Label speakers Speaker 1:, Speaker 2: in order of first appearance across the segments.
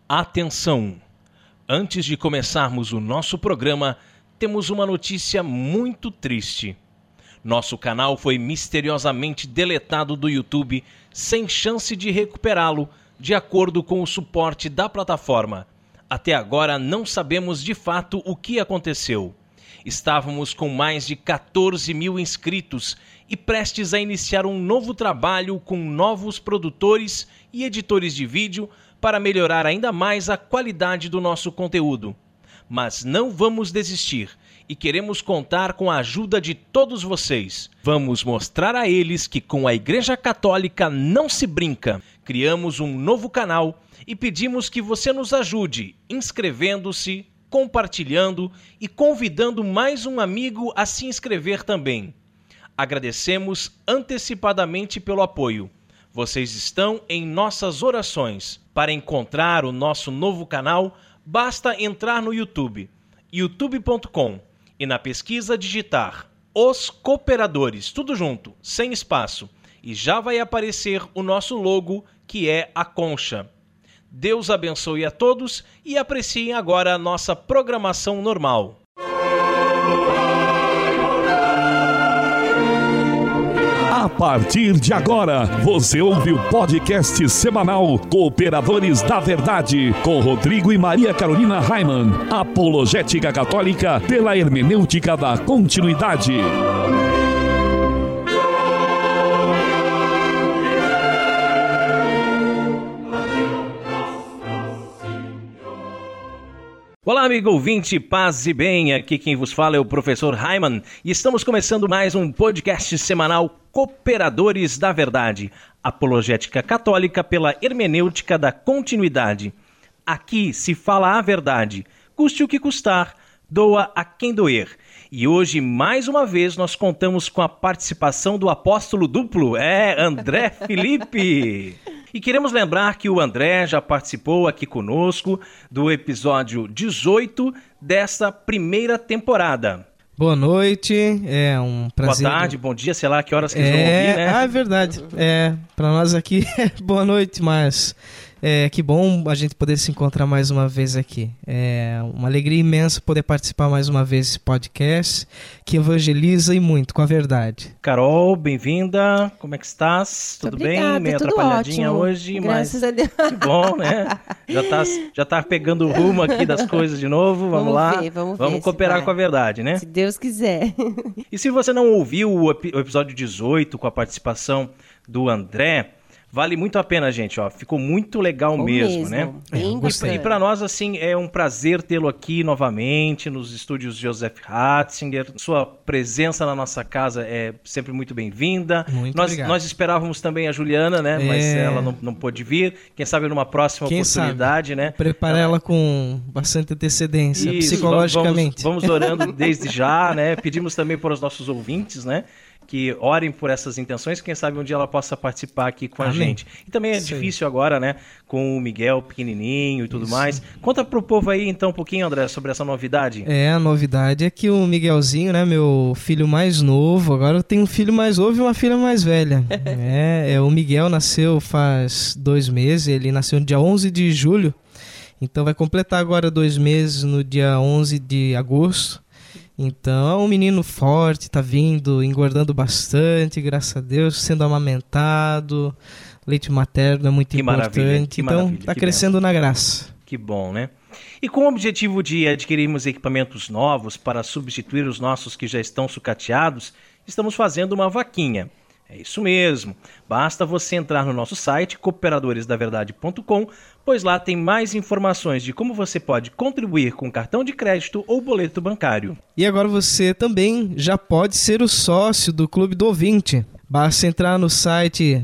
Speaker 1: Atenção! Antes de começarmos o nosso programa, temos uma notícia muito triste. Nosso canal foi misteriosamente deletado do YouTube sem chance de recuperá-lo, de acordo com o suporte da plataforma. Até agora não sabemos de fato o que aconteceu. Estávamos com mais de 14 mil inscritos e prestes a iniciar um novo trabalho com novos produtores e editores de vídeo para melhorar ainda mais a qualidade do nosso conteúdo. Mas não vamos desistir e queremos contar com a ajuda de todos vocês. Vamos mostrar a eles que com a Igreja Católica não se brinca. Criamos um novo canal e pedimos que você nos ajude inscrevendo-se, compartilhando e convidando mais um amigo a se inscrever também. Agradecemos antecipadamente pelo apoio. Vocês estão em nossas orações. Para encontrar o nosso novo canal, basta entrar no YouTube, youtube.com, e na pesquisa digitar Os Cooperadores, tudo junto, sem espaço, e já vai aparecer o nosso logo, que é a concha. Deus abençoe a todos e apreciem agora a nossa programação normal.
Speaker 2: A partir de agora, você ouve o podcast semanal Cooperadores da Verdade, com Rodrigo e Maria Carolina Raimann, apologética católica pela hermenêutica da continuidade.
Speaker 1: Olá, amigo ouvinte, paz e bem, aqui quem vos fala é o professor Raimann e estamos começando mais um podcast semanal Cooperadores da Verdade, apologética católica pela hermenêutica da continuidade. Aqui se fala a verdade, custe o que custar, doa a quem doer. E hoje, mais uma vez, nós contamos com a participação do apóstolo duplo, André Felipe. E queremos lembrar que o André já participou aqui conosco do episódio 18 dessa primeira temporada.
Speaker 3: Boa noite, é um prazer.
Speaker 1: Boa tarde, bom dia, sei lá que horas que eles vão ouvir, né?
Speaker 3: É verdade. Para nós aqui, boa noite, mas que bom a gente poder se encontrar mais uma vez aqui. É uma alegria imensa poder participar mais uma vez desse podcast que evangeliza e muito com a verdade.
Speaker 1: Carol, bem-vinda. Como é que estás? Tudo
Speaker 4: obrigada,
Speaker 1: bem? Meio
Speaker 4: tudo
Speaker 1: atrapalhadinha
Speaker 4: ótimo.
Speaker 1: hoje,
Speaker 4: Graças
Speaker 1: mas
Speaker 4: a Deus.
Speaker 1: que bom, né? Já tá pegando o rumo aqui das coisas de novo. Vamos lá. Vamos cooperar com a verdade, né?
Speaker 4: Se Deus quiser.
Speaker 1: E se você não ouviu o episódio 18 com a participação do André, vale muito a pena, gente, ó. Ficou muito legal mesmo, né? E para nós, assim, é um prazer tê-lo aqui novamente nos estúdios Joseph Ratzinger. Sua presença na nossa casa é sempre muito bem-vinda.
Speaker 3: Obrigado.
Speaker 1: Nós esperávamos também a Juliana, né? Mas ela não pôde vir. Quem sabe numa próxima oportunidade, né?
Speaker 3: Preparar ela com bastante antecedência,
Speaker 1: Isso,
Speaker 3: psicologicamente.
Speaker 1: Vamos orando desde já, né? Pedimos também para os nossos ouvintes, né? Que orem por essas intenções, quem sabe um dia ela possa participar aqui com a gente. E também é difícil agora, né, com o Miguel pequenininho e tudo mais. Conta pro povo aí, então, um pouquinho, André, sobre essa novidade.
Speaker 3: A novidade é que o Miguelzinho, né, meu filho mais novo, agora eu tenho um filho mais novo e uma filha mais velha. O Miguel nasceu faz 2 meses, ele nasceu no dia 11 de julho, então vai completar agora 2 meses no dia 11 de agosto. Então, é um menino forte, tá vindo, engordando bastante, graças a Deus, sendo amamentado, leite materno é muito importante, então tá crescendo na graça.
Speaker 1: Que bom, né? E com o objetivo de adquirirmos equipamentos novos para substituir os nossos que já estão sucateados, estamos fazendo uma vaquinha. É isso mesmo, basta você entrar no nosso site cooperadoresdaverdade.com, pois lá tem mais informações de como você pode contribuir com cartão de crédito ou boleto bancário.
Speaker 3: E agora você também já pode ser o sócio do Clube do Ouvinte. Basta entrar no site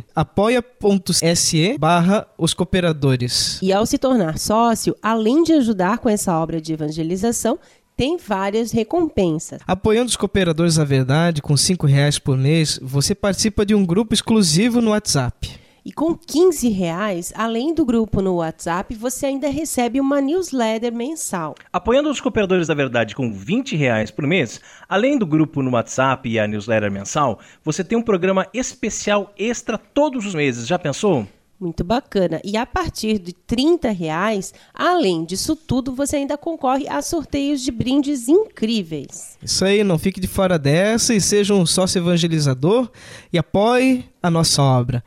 Speaker 3: apoia.se/os cooperadores.
Speaker 4: E ao se tornar sócio, além de ajudar com essa obra de evangelização, tem várias recompensas.
Speaker 3: Apoiando os Cooperadores da Verdade com R$5 por mês, você participa de um grupo exclusivo no WhatsApp.
Speaker 4: E com R$15, além do grupo no WhatsApp, você ainda recebe uma newsletter mensal.
Speaker 1: Apoiando os Cooperadores da Verdade com R$20 por mês, além do grupo no WhatsApp e a newsletter mensal, você tem um programa especial extra todos os meses. Já pensou?
Speaker 4: Muito bacana. E a partir de R$30, além disso tudo, você ainda concorre a sorteios de brindes incríveis.
Speaker 3: Isso aí, não fique de fora dessa e seja um sócio evangelizador e apoie a nossa obra.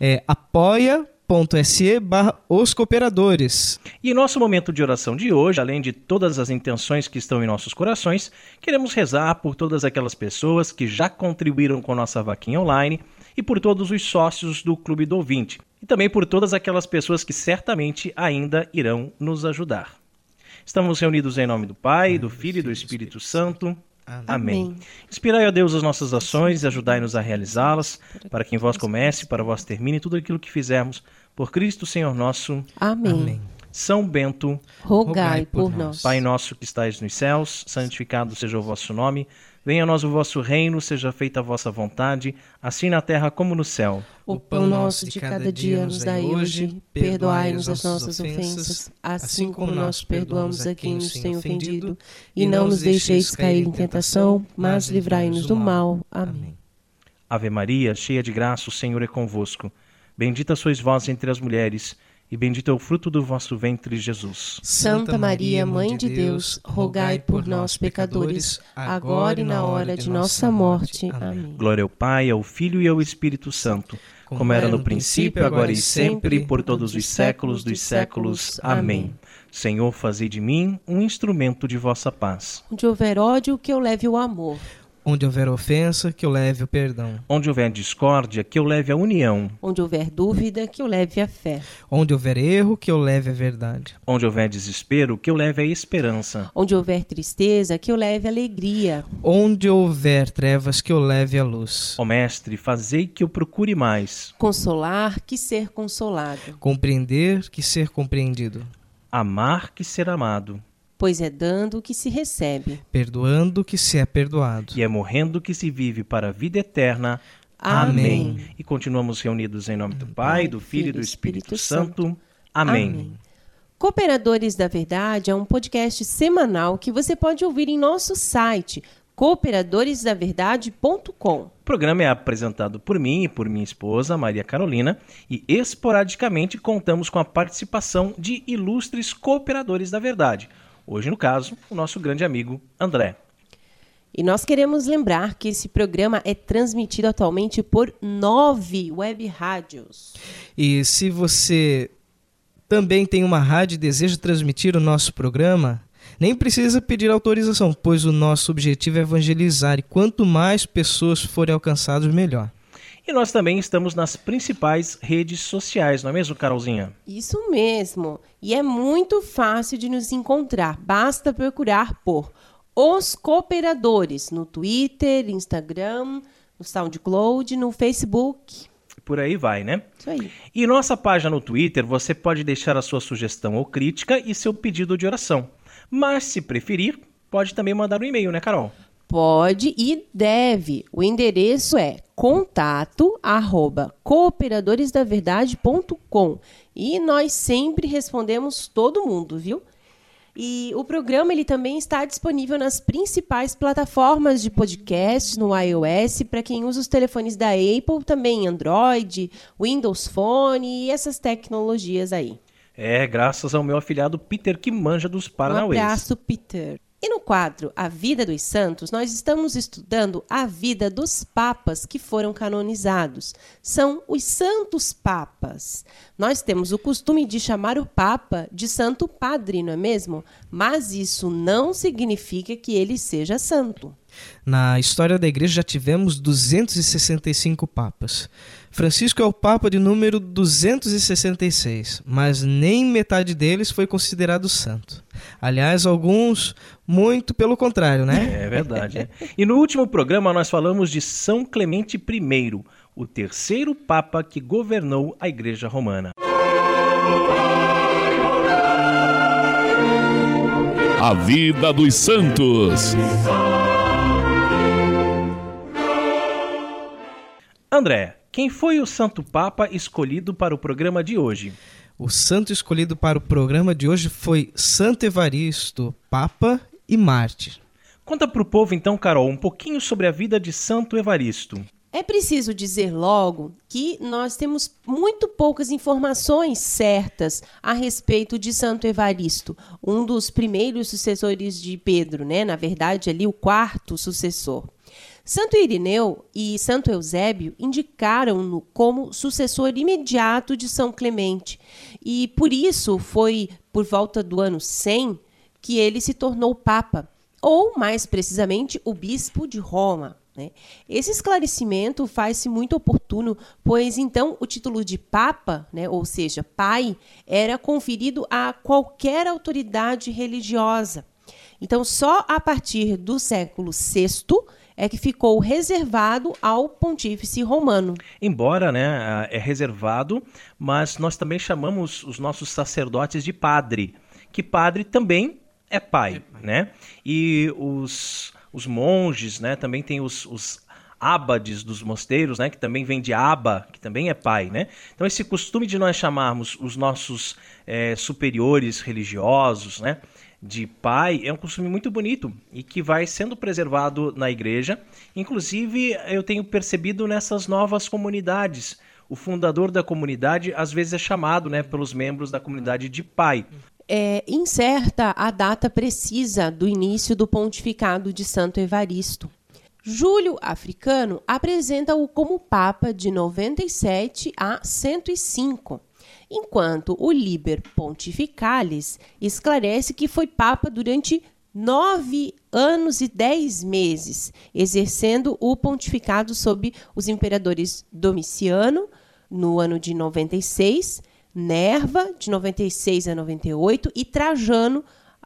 Speaker 3: apoia.se/Os Cooperadores.
Speaker 1: E nosso momento de oração de hoje, além de todas as intenções que estão em nossos corações, queremos rezar por todas aquelas pessoas que já contribuíram com nossa vaquinha online e por todos os sócios do Clube do Ouvinte. E também por todas aquelas pessoas que certamente ainda irão nos ajudar. Estamos reunidos em nome do Pai, do Filho e do Espírito Santo. Amém. Inspirai, ó Deus, as nossas ações e ajudai-nos a realizá-las, para que em vós comece, para vós termine tudo aquilo que fizermos. Por Cristo, Senhor nosso.
Speaker 4: Amém.
Speaker 1: São Bento,
Speaker 4: rogai por nós.
Speaker 1: Pai nosso que estais nos céus, santificado seja o vosso nome. Venha a nós o vosso reino, seja feita a vossa vontade, assim na terra como no céu.
Speaker 4: O pão nosso de cada dia nos dai hoje, perdoai-nos as nossas ofensas, assim como nós perdoamos a quem nos tem ofendido, e não nos deixeis cair em tentação, mas livrai-nos do mal. Amém.
Speaker 1: Ave Maria, cheia de graça, o Senhor é convosco. Bendita sois vós entre as mulheres, e bendito é o fruto do vosso ventre, Jesus.
Speaker 4: Santa Maria, Mãe de Deus, rogai por nós, pecadores, agora e na hora de nossa morte. Amém.
Speaker 1: Glória ao Pai, ao Filho e ao Espírito Santo, como era no princípio, agora e sempre, por todos os séculos dos séculos. Amém. Senhor, fazei de mim um instrumento de vossa paz.
Speaker 4: Onde houver ódio, que eu leve o amor.
Speaker 3: Onde houver ofensa, que eu leve o perdão.
Speaker 1: Onde houver discórdia, que eu leve a união.
Speaker 4: Onde houver dúvida, que eu leve a fé.
Speaker 3: Onde houver erro, que eu leve a verdade.
Speaker 1: Onde houver desespero, que eu leve a esperança.
Speaker 4: Onde houver tristeza, que eu leve a alegria.
Speaker 3: Onde houver trevas, que eu leve a luz.
Speaker 1: Ó Mestre, fazei que eu procure mais.
Speaker 4: Consolar, que ser consolado.
Speaker 3: Compreender, que ser compreendido.
Speaker 1: Amar, que ser amado.
Speaker 4: Pois é dando que se recebe.
Speaker 3: Perdoando, que se é perdoado.
Speaker 1: E é morrendo que se vive para a vida eterna.
Speaker 4: Amém.
Speaker 1: E continuamos reunidos em nome do Pai, do Filho e do Espírito Santo. Amém.
Speaker 4: Cooperadores da Verdade é um podcast semanal que você pode ouvir em nosso site, cooperadoresdaverdade.com.
Speaker 1: O programa é apresentado por mim e por minha esposa, Maria Carolina, e esporadicamente contamos com a participação de ilustres cooperadores da verdade. Hoje, no caso, o nosso grande amigo André.
Speaker 4: E nós queremos lembrar que esse programa é transmitido atualmente por 9 web rádios.
Speaker 3: E se você também tem uma rádio e deseja transmitir o nosso programa, nem precisa pedir autorização, pois o nosso objetivo é evangelizar e quanto mais pessoas forem alcançadas, melhor.
Speaker 1: E nós também estamos nas principais redes sociais, não é mesmo, Carolzinha?
Speaker 4: Isso mesmo. E é muito fácil de nos encontrar. Basta procurar por Os Cooperadores no Twitter, Instagram, no SoundCloud, no Facebook.
Speaker 1: Por aí vai, né?
Speaker 4: Isso aí.
Speaker 1: E nossa página no Twitter, você pode deixar a sua sugestão ou crítica e seu pedido de oração. Mas, se preferir, pode também mandar um e-mail, né, Carol?
Speaker 4: Pode e deve. O endereço é contato@cooperadoresdaverdade.com e nós sempre respondemos todo mundo, viu? E o programa ele também está disponível nas principais plataformas de podcast no iOS, para quem usa os telefones da Apple, também Android, Windows Phone e essas tecnologias aí.
Speaker 1: É, graças ao meu afilhado Peter, que manja dos paranauês.
Speaker 4: Um abraço, Peter. E no quadro A Vida dos Santos, nós estamos estudando a vida dos papas que foram canonizados. São os santos papas. Nós temos o costume de chamar o papa de santo padre, não é mesmo? Mas isso não significa que ele seja santo.
Speaker 3: Na história da igreja já tivemos 265 papas. Francisco é o papa de número 266, mas nem metade deles foi considerado santo. Aliás, alguns muito pelo contrário, né?
Speaker 1: É verdade. É. E no último programa nós falamos de São Clemente I, o terceiro papa que governou a Igreja Romana.
Speaker 2: A vida dos santos.
Speaker 1: André, quem foi o Santo Papa escolhido para o programa de hoje?
Speaker 3: O santo escolhido para o programa de hoje foi Santo Evaristo, Papa e Mártir.
Speaker 1: Conta para o povo então, Carol, um pouquinho sobre a vida de Santo Evaristo.
Speaker 4: É preciso dizer logo que nós temos muito poucas informações certas a respeito de Santo Evaristo, um dos primeiros sucessores de Pedro, né? Na verdade, ali o 4º sucessor. Santo Irineu e Santo Eusébio indicaram-no como sucessor imediato de São Clemente, e por isso foi por volta do ano 100 que ele se tornou Papa, ou mais precisamente o Bispo de Roma. Esse esclarecimento faz-se muito oportuno, pois então o título de Papa, ou seja, pai, era conferido a qualquer autoridade religiosa. Então, só a partir do século VI é que ficou reservado ao pontífice romano.
Speaker 1: Embora é reservado, mas nós também chamamos os nossos sacerdotes de padre, que padre também é pai, né? E os monges, né, também tem os ábades dos mosteiros, né, que também vem de aba, que também é pai, né? Então esse costume de nós chamarmos os nossos superiores religiosos, né, de pai, é um costume muito bonito e que vai sendo preservado na igreja. Inclusive, eu tenho percebido nessas novas comunidades, o fundador da comunidade às vezes é chamado, né, pelos membros da comunidade de pai.
Speaker 4: Incerta a data precisa do início do pontificado de Santo Evaristo. Júlio Africano apresenta-o como Papa de 97 a 105, enquanto o Liber Pontificalis esclarece que foi Papa durante 9 anos e 10 meses, exercendo o pontificado sob os imperadores Domiciano, no ano de 96, Nerva, de 96 a 98, e Trajano,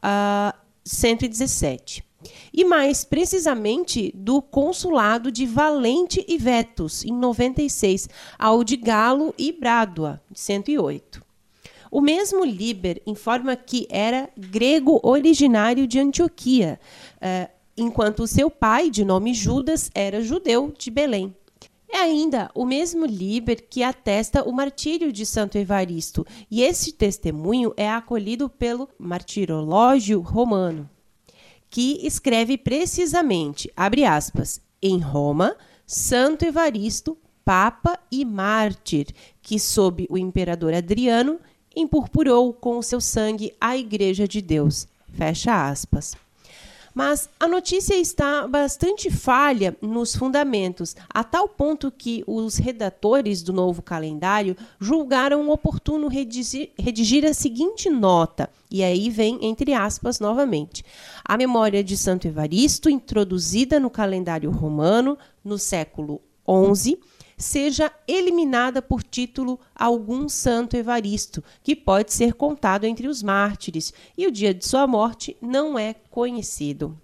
Speaker 4: 117. E mais precisamente do consulado de Valente e Vetus, em 96, ao de Galo e Brádua, de 108. O mesmo Liber informa que era grego originário de Antioquia, enquanto seu pai, de nome Judas, era judeu de Belém. É ainda o mesmo Liber que atesta o martírio de Santo Evaristo, e esse testemunho é acolhido pelo Martirológio Romano, que escreve precisamente, abre aspas, em Roma, Santo Evaristo, Papa e Mártir, que sob o imperador Adriano, empurpurou com o seu sangue a Igreja de Deus, fecha aspas. Mas a notícia está bastante falha nos fundamentos, a tal ponto que os redatores do novo calendário julgaram oportuno redigir a seguinte nota, e aí vem entre aspas novamente. A memória de Santo Evaristo, introduzida no calendário romano no século XI, seja eliminada por título algum Santo Evaristo, que pode ser contado entre os mártires, e o dia de sua morte não é conhecido.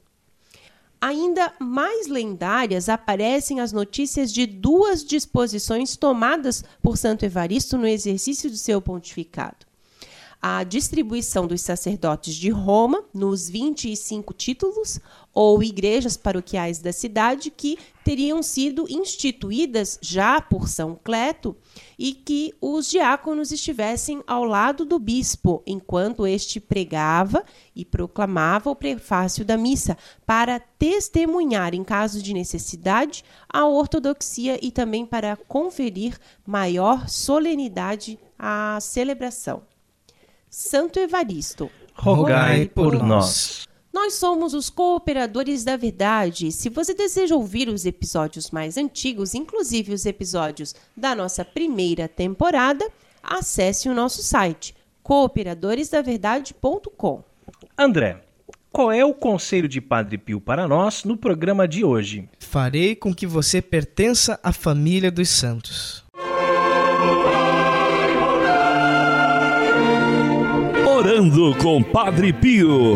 Speaker 4: Ainda mais lendárias aparecem as notícias de 2 disposições tomadas por Santo Evaristo no exercício do seu pontificado. A distribuição dos sacerdotes de Roma nos 25 títulos ou igrejas paroquiais da cidade que teriam sido instituídas já por São Cleto e que os diáconos estivessem ao lado do bispo enquanto este pregava e proclamava o prefácio da missa para testemunhar em caso de necessidade a ortodoxia e também para conferir maior solenidade à celebração. Santo Evaristo,
Speaker 1: rogai por nós.
Speaker 4: Nós somos os Cooperadores da Verdade. Se você deseja ouvir os episódios mais antigos, inclusive os episódios da nossa primeira temporada, acesse o nosso site, cooperadoresdaverdade.com.
Speaker 1: André, qual é o conselho de Padre Pio para nós no programa de hoje?
Speaker 3: Farei com que você pertença à família dos santos.
Speaker 2: Orando com Padre Pio.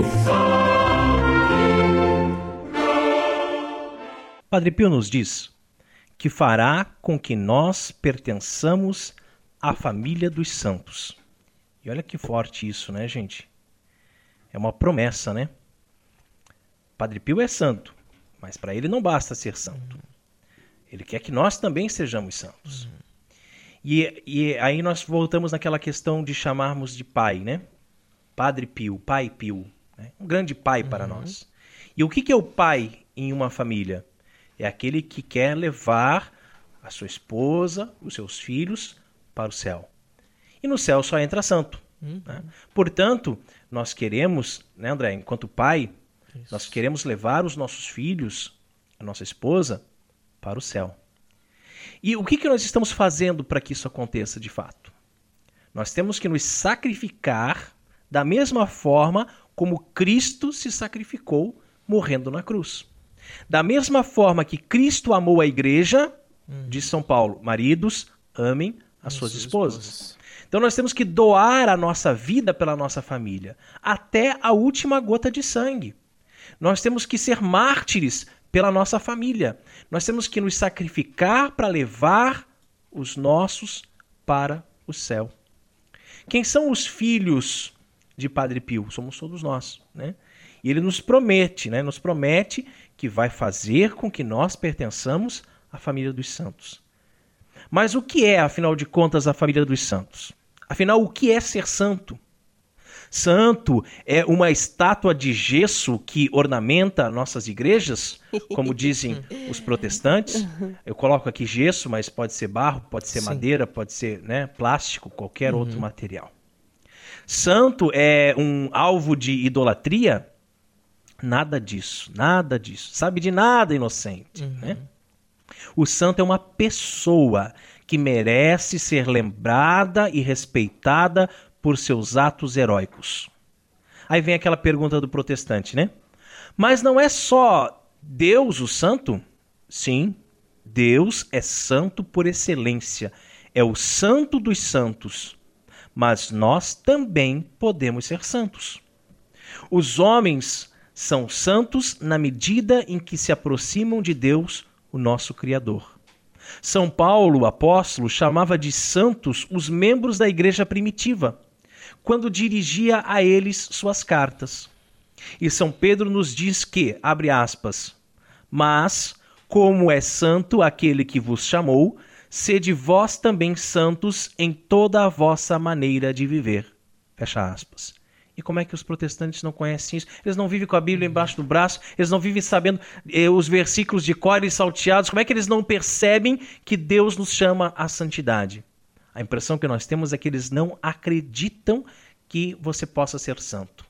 Speaker 1: Padre Pio nos diz que fará com que nós pertençamos à família dos santos. E olha que forte isso, né, gente? É uma promessa, né? Padre Pio é santo, mas para ele não basta ser santo. Ele quer que nós também sejamos santos. E aí nós voltamos naquela questão de chamarmos de pai, né? Padre Pio, Pai Pio, né? Um grande pai para nós. E o que é o pai em uma família? É aquele que quer levar a sua esposa, os seus filhos para o céu. E no céu só entra santo. Né? Portanto, nós queremos, né, André, enquanto pai, nós queremos levar os nossos filhos, a nossa esposa, para o céu. E o que nós estamos fazendo para que isso aconteça de fato? Nós temos que nos sacrificar da mesma forma como Cristo se sacrificou morrendo na cruz. Da mesma forma que Cristo amou a igreja, diz São Paulo, maridos, amem as suas esposas. Então nós temos que doar a nossa vida pela nossa família, até a última gota de sangue. Nós temos que ser mártires pela nossa família. Nós temos que nos sacrificar para levar os nossos para o céu. Quem são os filhos de Padre Pio? Somos todos nós, né? E ele nos promete, né? Nos promete que vai fazer com que nós pertençamos à família dos santos. Mas o que é, afinal de contas, a família dos santos? Afinal, o que é ser santo? Santo é uma estátua de gesso que ornamenta nossas igrejas, como dizem os protestantes. Eu coloco aqui gesso, mas pode ser barro, pode ser madeira, pode ser, né, plástico, qualquer outro material. Santo é um alvo de idolatria? Nada disso, nada disso. Sabe de nada, inocente. Né? O santo é uma pessoa que merece ser lembrada e respeitada por seus atos heróicos. Aí vem aquela pergunta do protestante, né? Mas não é só Deus o santo? Sim, Deus é santo por excelência. É o santo dos santos. Mas nós também podemos ser santos. Os homens são santos na medida em que se aproximam de Deus, o nosso Criador. São Paulo, o apóstolo, chamava de santos os membros da igreja primitiva, quando dirigia a eles suas cartas. E São Pedro nos diz que, abre aspas, mas, como é santo aquele que vos chamou, sede vós também santos em toda a vossa maneira de viver. Fecha aspas. E como é que os protestantes não conhecem isso? Eles não vivem com a Bíblia embaixo do braço, eles não vivem sabendo os versículos de cor e salteados. Como é que eles não percebem que Deus nos chama à santidade? A impressão que nós temos é que eles não acreditam que você possa ser santo.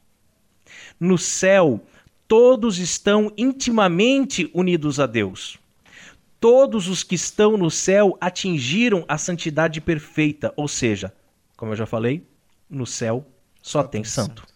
Speaker 1: No céu, todos estão intimamente unidos a Deus. Todos os que estão no céu atingiram a santidade perfeita, ou seja, como eu já falei, no céu só tem santo.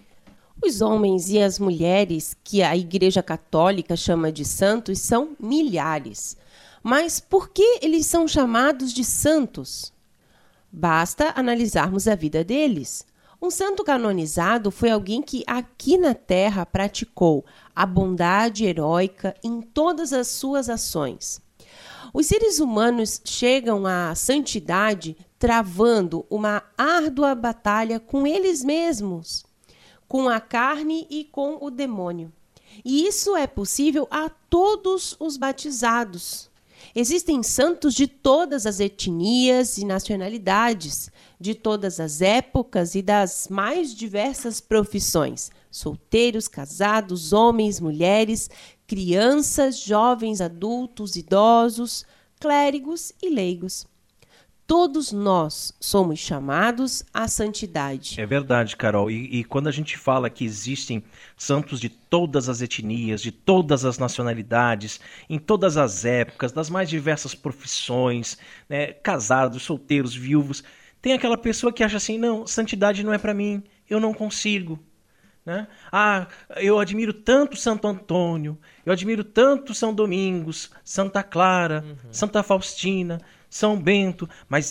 Speaker 4: Os homens e as mulheres que a Igreja Católica chama de santos são milhares. Mas por que eles são chamados de santos? Basta analisarmos a vida deles. Um santo canonizado foi alguém que aqui na Terra praticou a bondade heróica em todas as suas ações. Os seres humanos chegam à santidade travando uma árdua batalha com eles mesmos, com a carne e com o demônio. E isso é possível a todos os batizados. Existem santos de todas as etnias e nacionalidades, de todas as épocas e das mais diversas profissões. Solteiros, casados, homens, mulheres, crianças, jovens, adultos, idosos, clérigos e leigos. Todos nós somos chamados à santidade.
Speaker 1: É verdade, Carol. E quando a gente fala que existem santos de todas as etnias, de todas as nacionalidades, em todas as épocas, das mais diversas profissões, né, casados, solteiros, viúvos, tem aquela pessoa que acha assim, não, santidade não é para mim, eu não consigo. Né? Ah, eu admiro tanto Santo Antônio, eu admiro tanto São Domingos, Santa Clara, Santa Faustina, São Bento, mas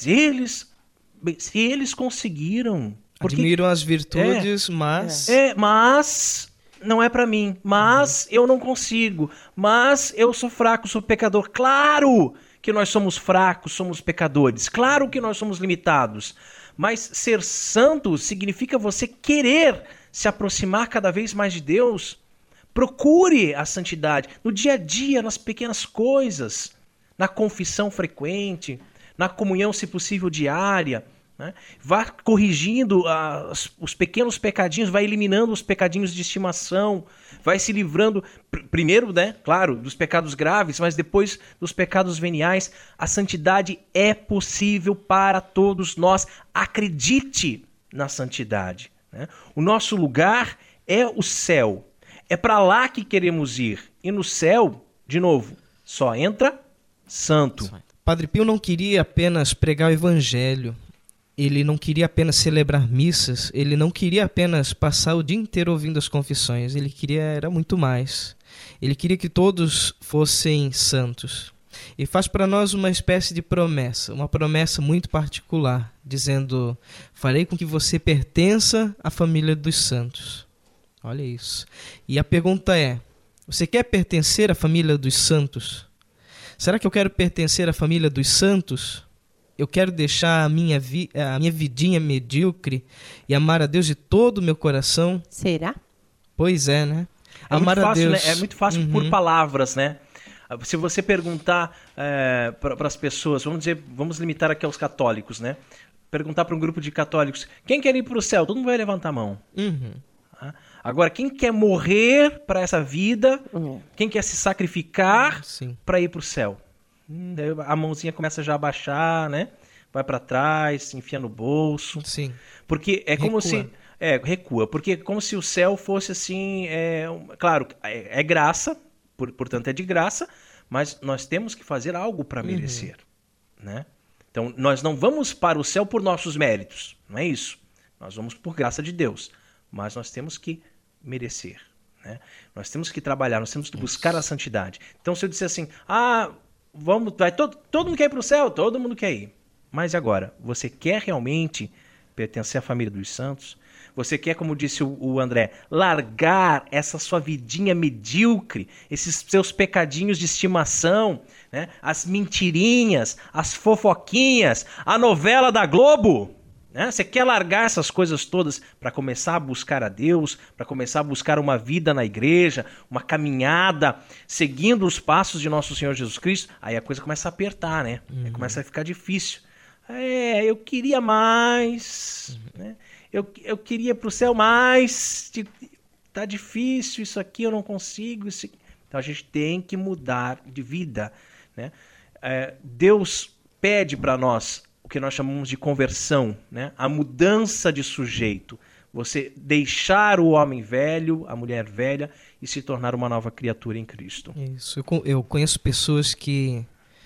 Speaker 1: se eles conseguiram...
Speaker 3: Admiram as virtudes, mas
Speaker 1: não é para mim, mas eu não consigo, mas eu sou fraco, sou pecador. Claro que nós somos fracos, somos pecadores, claro que nós somos limitados, mas ser santo significa você querer se aproximar cada vez mais de Deus. Procure a santidade no dia a dia, nas pequenas coisas, na confissão frequente, na comunhão, se possível, diária, né? Vá corrigindo os pequenos pecadinhos, vai eliminando os pecadinhos de estimação, vai se livrando, primeiro, né, claro, dos pecados graves, mas depois dos pecados veniais. A santidade é possível para todos nós. Acredite na santidade, né? O nosso lugar é o céu. É para lá que queremos ir. E no céu, de novo, só entra santo.
Speaker 3: Padre Pio não queria apenas pregar o evangelho. Ele não queria apenas celebrar missas, ele não queria apenas passar o dia inteiro ouvindo as confissões, ele queria era muito mais. Ele queria que todos fossem santos. E faz para nós uma espécie de promessa, uma promessa muito particular, dizendo: farei com que você pertença à família dos santos. Olha isso. E a pergunta é: você quer pertencer à família dos santos? Será que eu quero pertencer à família dos santos? Eu quero deixar a minha vidinha medíocre e amar a Deus de todo o meu coração?
Speaker 4: Será?
Speaker 3: Pois é, né?
Speaker 1: É amar muito fácil, a Deus. Né? É muito fácil por palavras, né? Se você perguntar para as pessoas, vamos limitar aqui aos católicos, né? Perguntar para um grupo de católicos: quem quer ir para o céu? Todo mundo vai levantar a mão. Agora, quem quer morrer para essa vida, quem quer se sacrificar para ir para o céu? A mãozinha começa já a baixar, né? Vai para trás, enfia no bolso.
Speaker 3: Sim.
Speaker 1: Porque é como se... recua. Porque é como se o céu fosse assim... claro, é graça, portanto é de graça, mas nós temos que fazer algo para merecer, né? Então, nós não vamos para o céu por nossos méritos, não é isso. Nós vamos por graça de Deus, mas nós temos que merecer, né? Nós temos que trabalhar, nós temos que buscar a santidade. Então, se eu disser assim, todo mundo quer ir para o céu, todo mundo quer ir. Mas agora, você quer realmente pertencer à família dos santos? Você quer, como disse o André, largar essa sua vidinha medíocre, esses seus pecadinhos de estimação, né? As mentirinhas, as fofoquinhas, a novela da Globo? Né? Você quer largar essas coisas todas para começar a buscar a Deus, para começar a buscar uma vida na igreja, uma caminhada, seguindo os passos de nosso Senhor Jesus Cristo? Aí a coisa começa a apertar, né? Aí começa a ficar difícil. Eu queria mais, né? Eu queria para o céu mais, tá difícil isso aqui, eu não consigo. Então a gente tem que mudar de vida, né? Deus pede para nós o que nós chamamos de conversão, né? A mudança de sujeito. Você deixar o homem velho, a mulher velha e se tornar uma nova criatura em Cristo.
Speaker 3: Isso. Eu conheço pessoas que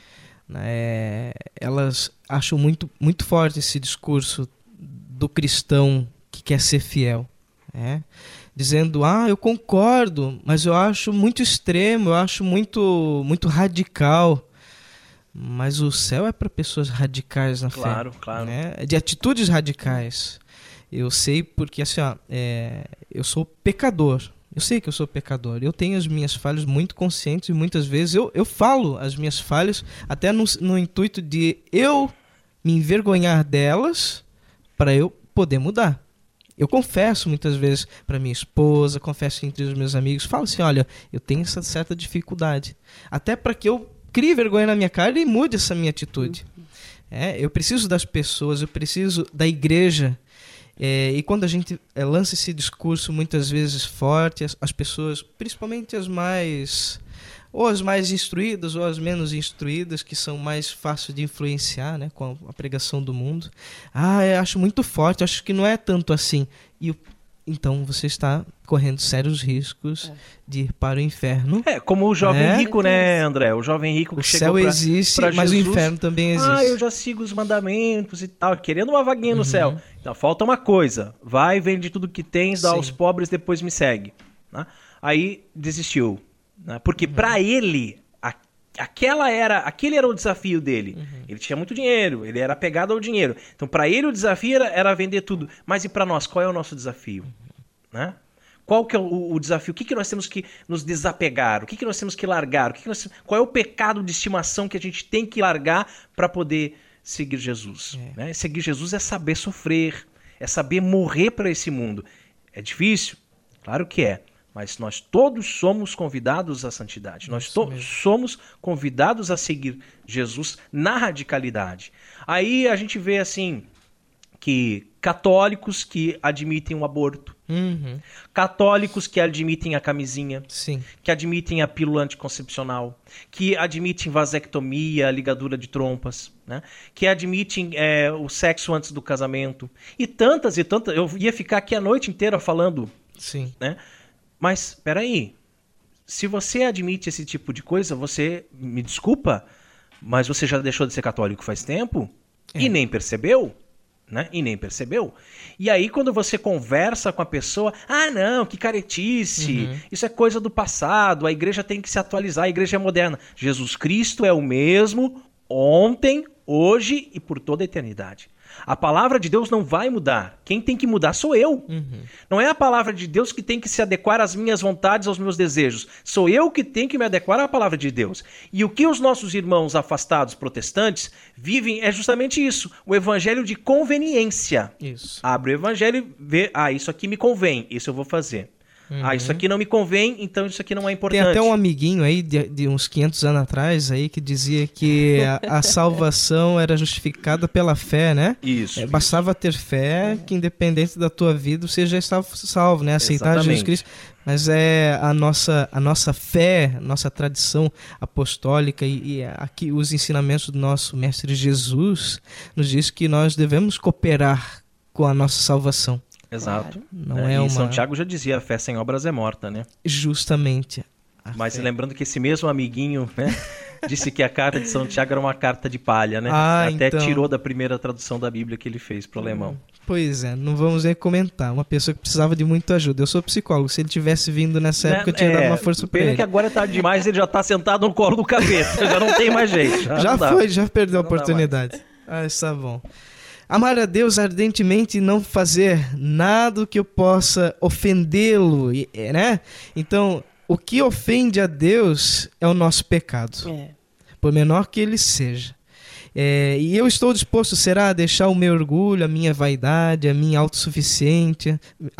Speaker 3: elas acham muito, muito forte esse discurso do cristão que quer ser fiel, né? Dizendo, eu concordo, mas eu acho muito extremo, eu acho muito, muito radical. Mas o céu é para pessoas radicais na fé.
Speaker 1: Claro.
Speaker 3: Né? De atitudes radicais. Eu sei porque, assim, eu sou pecador. Eu sei que eu sou pecador. Eu tenho as minhas falhas muito conscientes e muitas vezes eu falo as minhas falhas até no intuito de eu me envergonhar delas para eu poder mudar. Eu confesso muitas vezes para minha esposa, confesso entre os meus amigos, falo assim, olha, eu tenho essa certa dificuldade. Até para que eu crie vergonha na minha cara e mude essa minha atitude. Eu preciso das pessoas, eu preciso da igreja. E quando a gente lança esse discurso muitas vezes forte, as pessoas, principalmente as mais instruídas ou as menos instruídas, que são mais fáceis de influenciar, né, com a pregação do mundo, eu acho muito forte, acho que não é tanto assim. Então você está correndo sérios riscos de ir para o inferno.
Speaker 1: Como o jovem rico, né, André? O jovem rico que chegou
Speaker 3: pra, existe,
Speaker 1: pra
Speaker 3: mas
Speaker 1: Jesus,
Speaker 3: o inferno também existe.
Speaker 1: Eu já sigo os mandamentos e tal, querendo uma vaguinha no céu. Então falta uma coisa, vai, vende tudo que tens, dá aos pobres, depois me segue. Né? Aí desistiu. Né? Porque para ele, aquele era o desafio dele. Ele tinha muito dinheiro, ele era apegado ao dinheiro. Então para ele o desafio era vender tudo. Mas e para nós, qual é o nosso desafio? Né? Qual que é o desafio? O que nós temos que nos desapegar? O que nós temos que largar? Qual é o pecado de estimação que a gente tem que largar para poder seguir Jesus? Né? Seguir Jesus é saber sofrer, é saber morrer para esse mundo. É difícil? Claro que é. Mas nós todos somos convidados à santidade. Nós somos convidados a seguir Jesus na radicalidade. Aí a gente vê assim, que católicos que admitem o aborto, católicos que admitem a camisinha,
Speaker 3: Sim.
Speaker 1: que admitem a pílula anticoncepcional, que admitem vasectomia, ligadura de trompas, né? Que admitem o sexo antes do casamento. E tantas, eu ia ficar aqui a noite inteira falando,
Speaker 3: Sim.
Speaker 1: né? Mas, peraí, se você admite esse tipo de coisa, você, me desculpa, mas você já deixou de ser católico faz tempo e nem percebeu? Né? E nem percebeu. E aí quando você conversa com a pessoa, não, que caretice, isso é coisa do passado, a igreja tem que se atualizar, a igreja é moderna. Jesus Cristo é o mesmo ontem, hoje e por toda a eternidade. A palavra de Deus não vai mudar. Quem tem que mudar sou eu. Não é a palavra de Deus que tem que se adequar às minhas vontades, aos meus desejos. Sou eu que tenho que me adequar à palavra de Deus. E o que os nossos irmãos afastados protestantes vivem é justamente isso. O evangelho de conveniência.
Speaker 3: Isso.
Speaker 1: Abre o evangelho e vê, isso aqui me convém, isso eu vou fazer. Isso aqui não me convém, então isso aqui não é importante.
Speaker 3: Tem até um amiguinho aí de uns 500 anos atrás aí que dizia que a salvação era justificada pela fé, né?
Speaker 1: Isso.
Speaker 3: Bastava ter fé que independente da tua vida você já estava salvo, né? Aceitar
Speaker 1: Exatamente.
Speaker 3: Jesus Cristo. Mas é a nossa fé, nossa tradição apostólica e aqui os ensinamentos do nosso Mestre Jesus nos diz que nós devemos cooperar com a nossa salvação.
Speaker 1: Exato.
Speaker 3: Não é uma...
Speaker 1: E São Tiago já dizia, a fé sem obras é morta, né?
Speaker 3: Justamente.
Speaker 1: Mas lembrando que esse mesmo amiguinho, né, disse que a carta de São Tiago era uma carta de palha, né? Até
Speaker 3: então...
Speaker 1: tirou da primeira tradução da Bíblia que ele fez para o alemão.
Speaker 3: Pois é, não vamos nem comentar. Uma pessoa que precisava de muita ajuda. Eu sou psicólogo. Se ele tivesse vindo nessa época, eu tinha dado uma força pra ele.
Speaker 1: Pena que agora é tarde demais, ele já tá sentado no colo do capeta. Já não tem mais jeito.
Speaker 3: Já perdeu a oportunidade. Está bom. Amar a Deus ardentemente e não fazer nada que eu possa ofendê-lo, né? Então, o que ofende a Deus é o nosso pecado, por menor que ele seja. E eu estou disposto, será, a deixar o meu orgulho, a minha vaidade, a minha autossuficiência,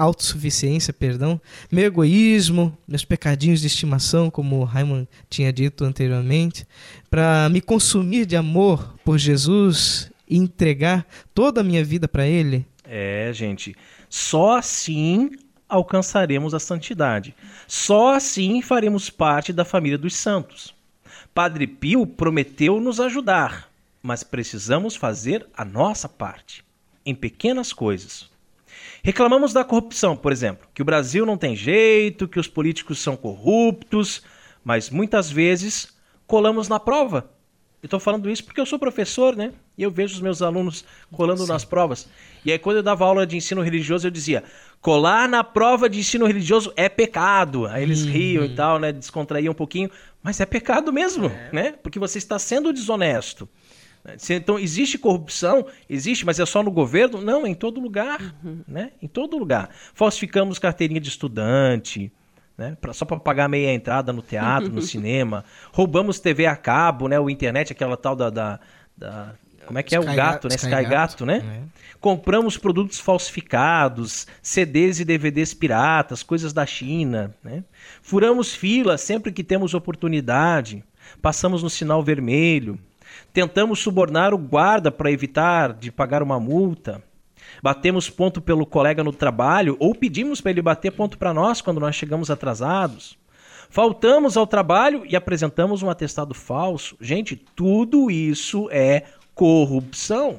Speaker 3: meu egoísmo, meus pecadinhos de estimação, como o Raimund tinha dito anteriormente, para me consumir de amor por Jesus e entregar toda a minha vida para Ele?
Speaker 1: Gente, só assim alcançaremos a santidade. Só assim faremos parte da família dos santos. Padre Pio prometeu nos ajudar, mas precisamos fazer a nossa parte, em pequenas coisas. Reclamamos da corrupção, por exemplo, que o Brasil não tem jeito, que os políticos são corruptos, mas muitas vezes colamos na prova. Eu estou falando isso porque eu sou professor, né? E eu vejo os meus alunos colando nas provas. E aí quando eu dava aula de ensino religioso, eu dizia, colar na prova de ensino religioso é pecado. Aí eles riam e tal, né? Descontraíam um pouquinho. Mas é pecado mesmo, né? Porque você está sendo desonesto. Então, existe corrupção? Existe, mas é só no governo? Não, é em todo lugar, né? Em todo lugar. Falsificamos carteirinha de estudante, né? Só para pagar meia entrada no teatro, no cinema. Roubamos TV a cabo, né? O internet, aquela tal da como é que é? O gato, né? Sky Gato, né? Compramos produtos falsificados, CDs e DVDs piratas, coisas da China, né? Furamos fila sempre que temos oportunidade. Passamos no sinal vermelho. Tentamos subornar o guarda para evitar de pagar uma multa. Batemos ponto pelo colega no trabalho ou pedimos para ele bater ponto para nós quando nós chegamos atrasados. Faltamos ao trabalho e apresentamos um atestado falso. Gente, tudo isso é corrupção.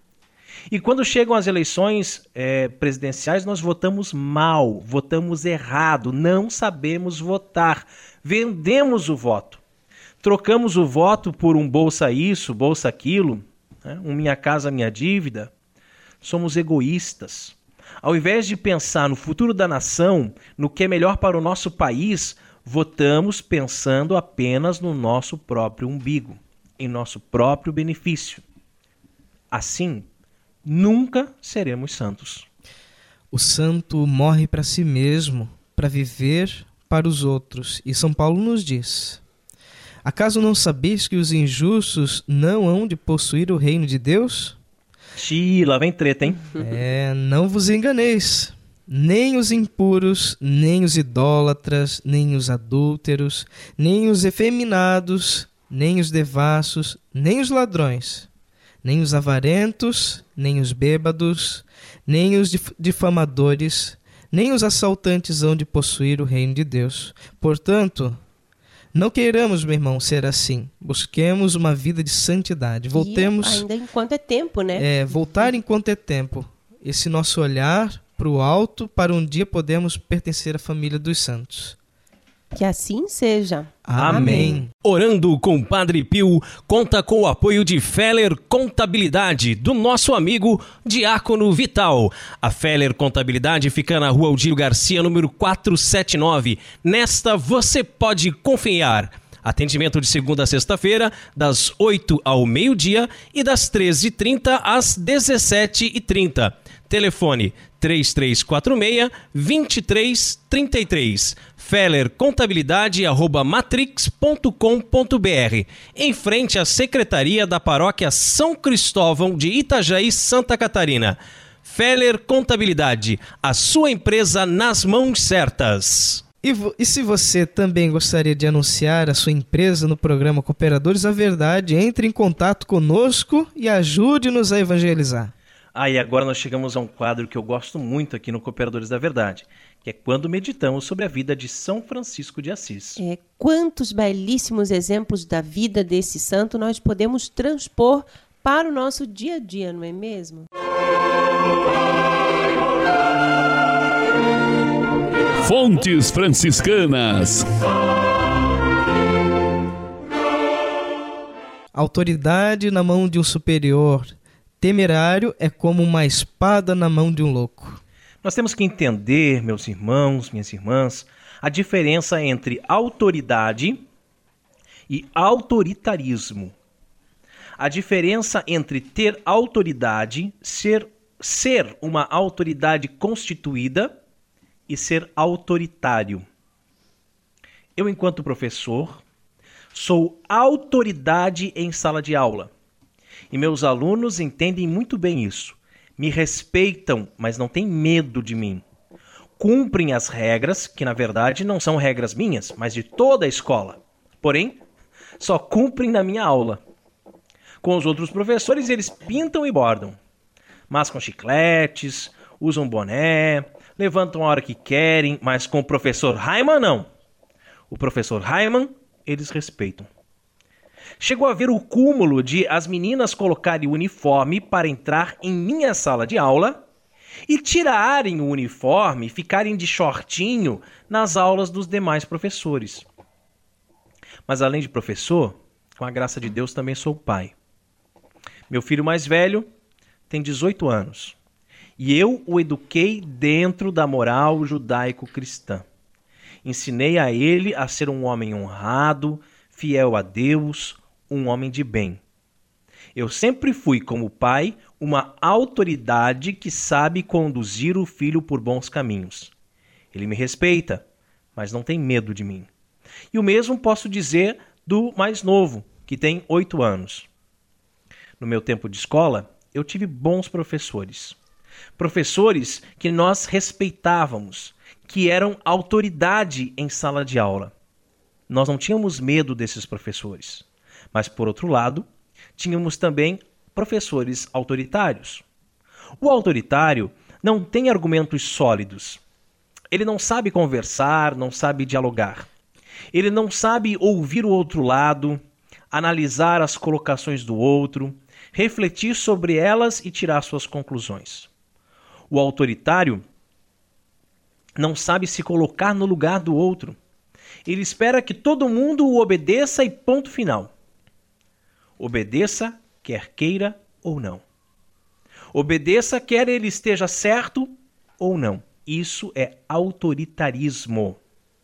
Speaker 1: E quando chegam as eleições presidenciais, nós votamos mal, votamos errado, não sabemos votar, vendemos o voto. Trocamos o voto por um bolsa isso, bolsa aquilo, né? Um Minha Casa Minha Dívida. Somos egoístas. Ao invés de pensar no futuro da nação, no que é melhor para o nosso país, votamos pensando apenas no nosso próprio umbigo, em nosso próprio benefício. Assim, nunca seremos santos.
Speaker 3: O santo morre para si mesmo, para viver para os outros. E São Paulo nos diz: acaso não sabeis que os injustos não hão de possuir o reino de Deus?
Speaker 1: Lá vem treta, hein?
Speaker 3: Não vos enganeis. Nem os impuros, nem os idólatras, nem os adúlteros, nem os efeminados, nem os devassos, nem os ladrões, nem os avarentos, nem os bêbados, nem os difamadores, nem os assaltantes hão de possuir o reino de Deus. Portanto, não queiramos, meu irmão, ser assim. Busquemos uma vida de santidade. Voltemos...
Speaker 4: E ainda enquanto é tempo, né?
Speaker 3: Voltar enquanto é tempo. Esse nosso olhar para o alto, para um dia podermos pertencer à família dos santos.
Speaker 4: Que assim seja.
Speaker 3: Amém.
Speaker 1: Orando com Padre Pio conta com o apoio de Feller Contabilidade, do nosso amigo Diácono Vital. A Feller Contabilidade fica na Rua Aldílio Garcia, número 479. Nesta você pode confiar. Atendimento de segunda a sexta-feira, das 8 ao meio-dia e das 13h30 às 17h30. Telefone 3346-2333. fellercontabilidade@matrix.com.br. Em frente à Secretaria da Paróquia São Cristóvão de Itajaí, Santa Catarina. Feller Contabilidade, a sua empresa nas mãos certas.
Speaker 3: E se você também gostaria de anunciar a sua empresa no programa Cooperadores da Verdade, entre em contato conosco e ajude-nos a evangelizar.
Speaker 1: E agora nós chegamos a um quadro que eu gosto muito aqui no Cooperadores da Verdade, que é quando meditamos sobre a vida de São Francisco de Assis.
Speaker 4: Quantos belíssimos exemplos da vida desse santo nós podemos transpor para o nosso dia a dia, não é mesmo?
Speaker 2: Fontes franciscanas.
Speaker 3: Autoridade na mão de um superior temerário é como uma espada na mão de um louco.
Speaker 1: Nós temos que entender, meus irmãos, minhas irmãs, a diferença entre autoridade e autoritarismo. A diferença entre ter autoridade, ser uma autoridade constituída, e ser autoritário. Eu, enquanto professor, sou autoridade em sala de aula. E meus alunos entendem muito bem isso. Me respeitam, mas não têm medo de mim. Cumprem as regras, que na verdade não são regras minhas, mas de toda a escola. Porém, só cumprem na minha aula. Com os outros professores, eles pintam e bordam. Mascam chicletes, usam boné, levantam a hora que querem, mas com o professor Raimann, não. O professor Raimann, eles respeitam. Chegou a ver o cúmulo de as meninas colocarem o uniforme para entrar em minha sala de aula e tirarem o uniforme e ficarem de shortinho nas aulas dos demais professores. Mas além de professor, com a graça de Deus, também sou pai. Meu filho mais velho tem 18 anos. E eu o eduquei dentro da moral judaico-cristã. Ensinei a ele a ser um homem honrado, fiel a Deus, um homem de bem. Eu sempre fui, como pai, uma autoridade que sabe conduzir o filho por bons caminhos. Ele me respeita, mas não tem medo de mim. E o mesmo posso dizer do mais novo, que tem 8 anos. No meu tempo de escola, eu tive bons professores. Professores que nós respeitávamos, que eram autoridade em sala de aula. Nós não tínhamos medo desses professores. Mas, por outro lado, tínhamos também professores autoritários. O autoritário não tem argumentos sólidos. Ele não sabe conversar, não sabe dialogar. Ele não sabe ouvir o outro lado, analisar as colocações do outro, refletir sobre elas e tirar suas conclusões. O autoritário não sabe se colocar no lugar do outro. Ele espera que todo mundo o obedeça e ponto final. Obedeça, quer queira ou não. Obedeça, quer ele esteja certo ou não. Isso é autoritarismo.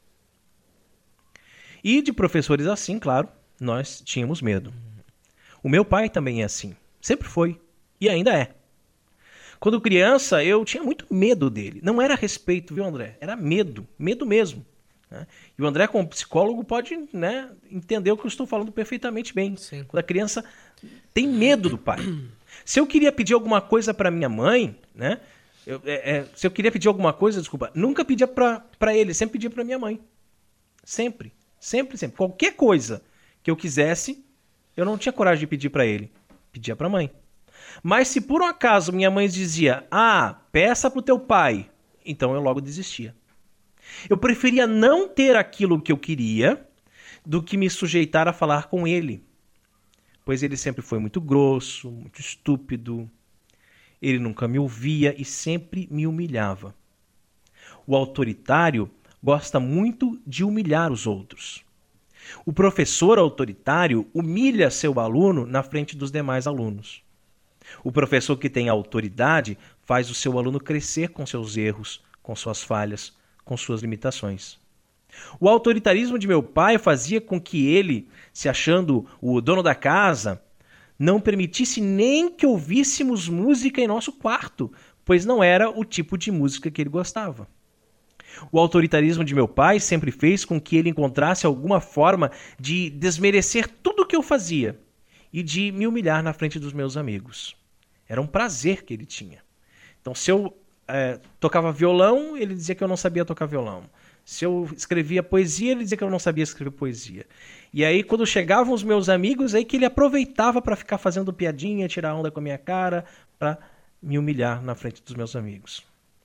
Speaker 1: E de professores assim, claro, nós tínhamos medo. O meu pai também é assim. Sempre foi. E ainda é. Quando criança, eu tinha muito medo dele. Não era respeito, viu, André? Era medo. Medo mesmo. Né? E o André, como psicólogo, pode, né, entender o que eu estou falando perfeitamente bem.
Speaker 3: Sim.
Speaker 1: Quando a criança tem medo do pai. Se eu queria pedir alguma coisa para minha mãe, né? Se eu queria pedir alguma coisa, desculpa, nunca pedia para ele, sempre pedia para minha mãe. Sempre. Sempre, sempre. Qualquer coisa que eu quisesse, eu não tinha coragem de pedir para ele. Pedia para a mãe. Mas se por um acaso minha mãe dizia, peça pro teu pai, então eu logo desistia. Eu preferia não ter aquilo que eu queria do que me sujeitar a falar com ele. Pois ele sempre foi muito grosso, muito estúpido. Ele nunca me ouvia e sempre me humilhava. O autoritário gosta muito de humilhar os outros. O professor autoritário humilha seu aluno na frente dos demais alunos. O professor que tem autoridade faz o seu aluno crescer com seus erros, com suas falhas, com suas limitações. O autoritarismo de meu pai fazia com que ele, se achando o dono da casa, não permitisse nem que ouvíssemos música em nosso quarto, pois não era o tipo de música que ele gostava. O autoritarismo de meu pai sempre fez com que ele encontrasse alguma forma de desmerecer tudo o que eu fazia e de me humilhar na frente dos meus amigos. Era um prazer que ele tinha. Então, se eu tocava violão, ele dizia que eu não sabia tocar violão. Se eu escrevia poesia, ele dizia que eu não sabia escrever poesia. E aí, quando chegavam os meus amigos, aí que ele aproveitava para ficar fazendo piadinha, tirar onda com a minha cara, para me humilhar na frente dos meus amigos.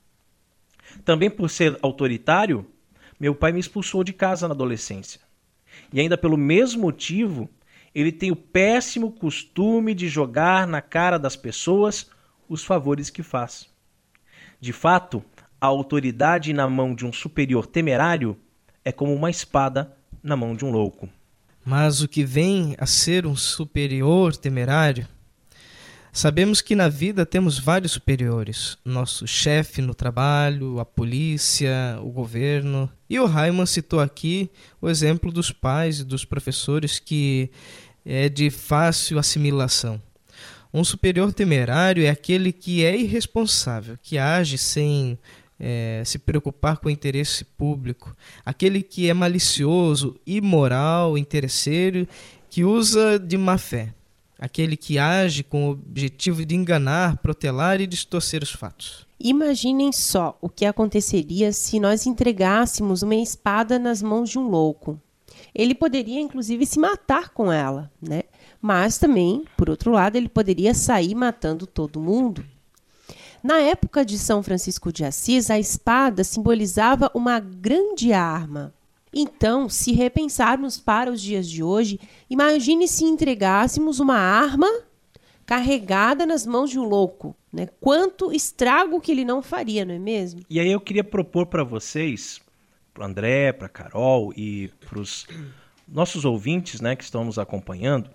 Speaker 1: Também por ser autoritário, meu pai me expulsou de casa na adolescência. E ainda pelo mesmo motivo, ele tem o péssimo costume de jogar na cara das pessoas os favores que faz. De fato, a autoridade na mão de um superior temerário é como uma espada na mão de um louco.
Speaker 3: Mas o que vem a ser um superior temerário? Sabemos que na vida temos vários superiores. Nosso chefe no trabalho, a polícia, o governo. E o Raimann citou aqui o exemplo dos pais e dos professores, que é de fácil assimilação. Um superior temerário é aquele que é irresponsável, que age sem se preocupar com o interesse público, aquele que é malicioso, imoral, interesseiro, que usa de má fé, aquele que age com o objetivo de enganar, protelar e distorcer os fatos.
Speaker 4: Imaginem só o que aconteceria se nós entregássemos uma espada nas mãos de um louco. Ele poderia, inclusive, se matar com ela, né? Mas também, por outro lado, ele poderia sair matando todo mundo. Na época de São Francisco de Assis, a espada simbolizava uma grande arma. Então, se repensarmos para os dias de hoje, imagine se entregássemos uma arma carregada nas mãos de um louco, né? Quanto estrago que ele não faria, não é mesmo?
Speaker 1: E aí eu queria propor para vocês, para o André, para a Carol e para os nossos ouvintes, né, que estão nos acompanhando.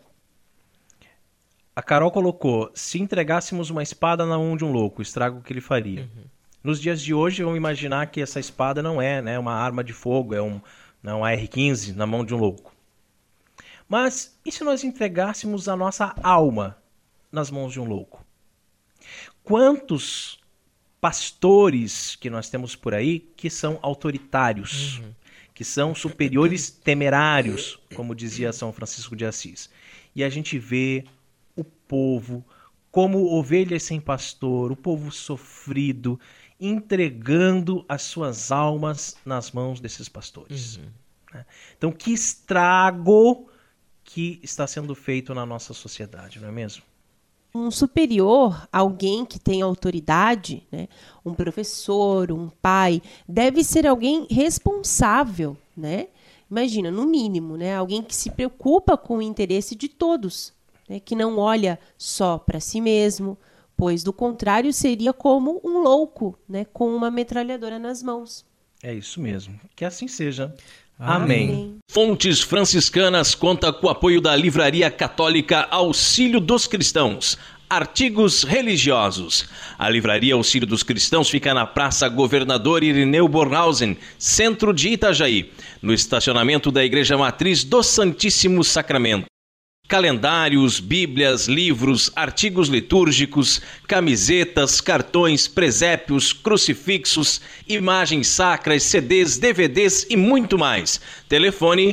Speaker 1: A Carol colocou, se entregássemos uma espada na mão de um louco, o estrago que ele faria. Uhum. Nos dias de hoje, vamos imaginar que essa espada não é, né, uma arma de fogo, é uma AR-15 na mão de um louco. Mas e se nós entregássemos a nossa alma nas mãos de um louco? Quantos pastores que nós temos por aí que são autoritários, que são superiores temerários, como dizia São Francisco de Assis. E a gente vê o povo como ovelhas sem pastor, o povo sofrido, entregando as suas almas nas mãos desses pastores. Então, que estrago que está sendo feito na nossa sociedade, não é mesmo?
Speaker 4: Um superior, alguém que tem autoridade, né? Um professor, um pai, deve ser alguém responsável, né? Imagina, no mínimo, né? Alguém que se preocupa com o interesse de todos, né? Que não olha só para si mesmo, pois do contrário seria como um louco, né? Com uma metralhadora nas mãos.
Speaker 1: É isso mesmo. Que assim seja.
Speaker 3: Amém.
Speaker 1: Amém. Fontes Franciscanas conta com o apoio da Livraria Católica Auxílio dos Cristãos. Artigos religiosos. A Livraria Auxílio dos Cristãos fica na Praça Governador Irineu Bornhausen, centro de Itajaí, no estacionamento da Igreja Matriz do Santíssimo Sacramento. Calendários, bíblias, livros, artigos litúrgicos, camisetas, cartões, presépios, crucifixos, imagens sacras, CDs, DVDs e muito mais. Telefone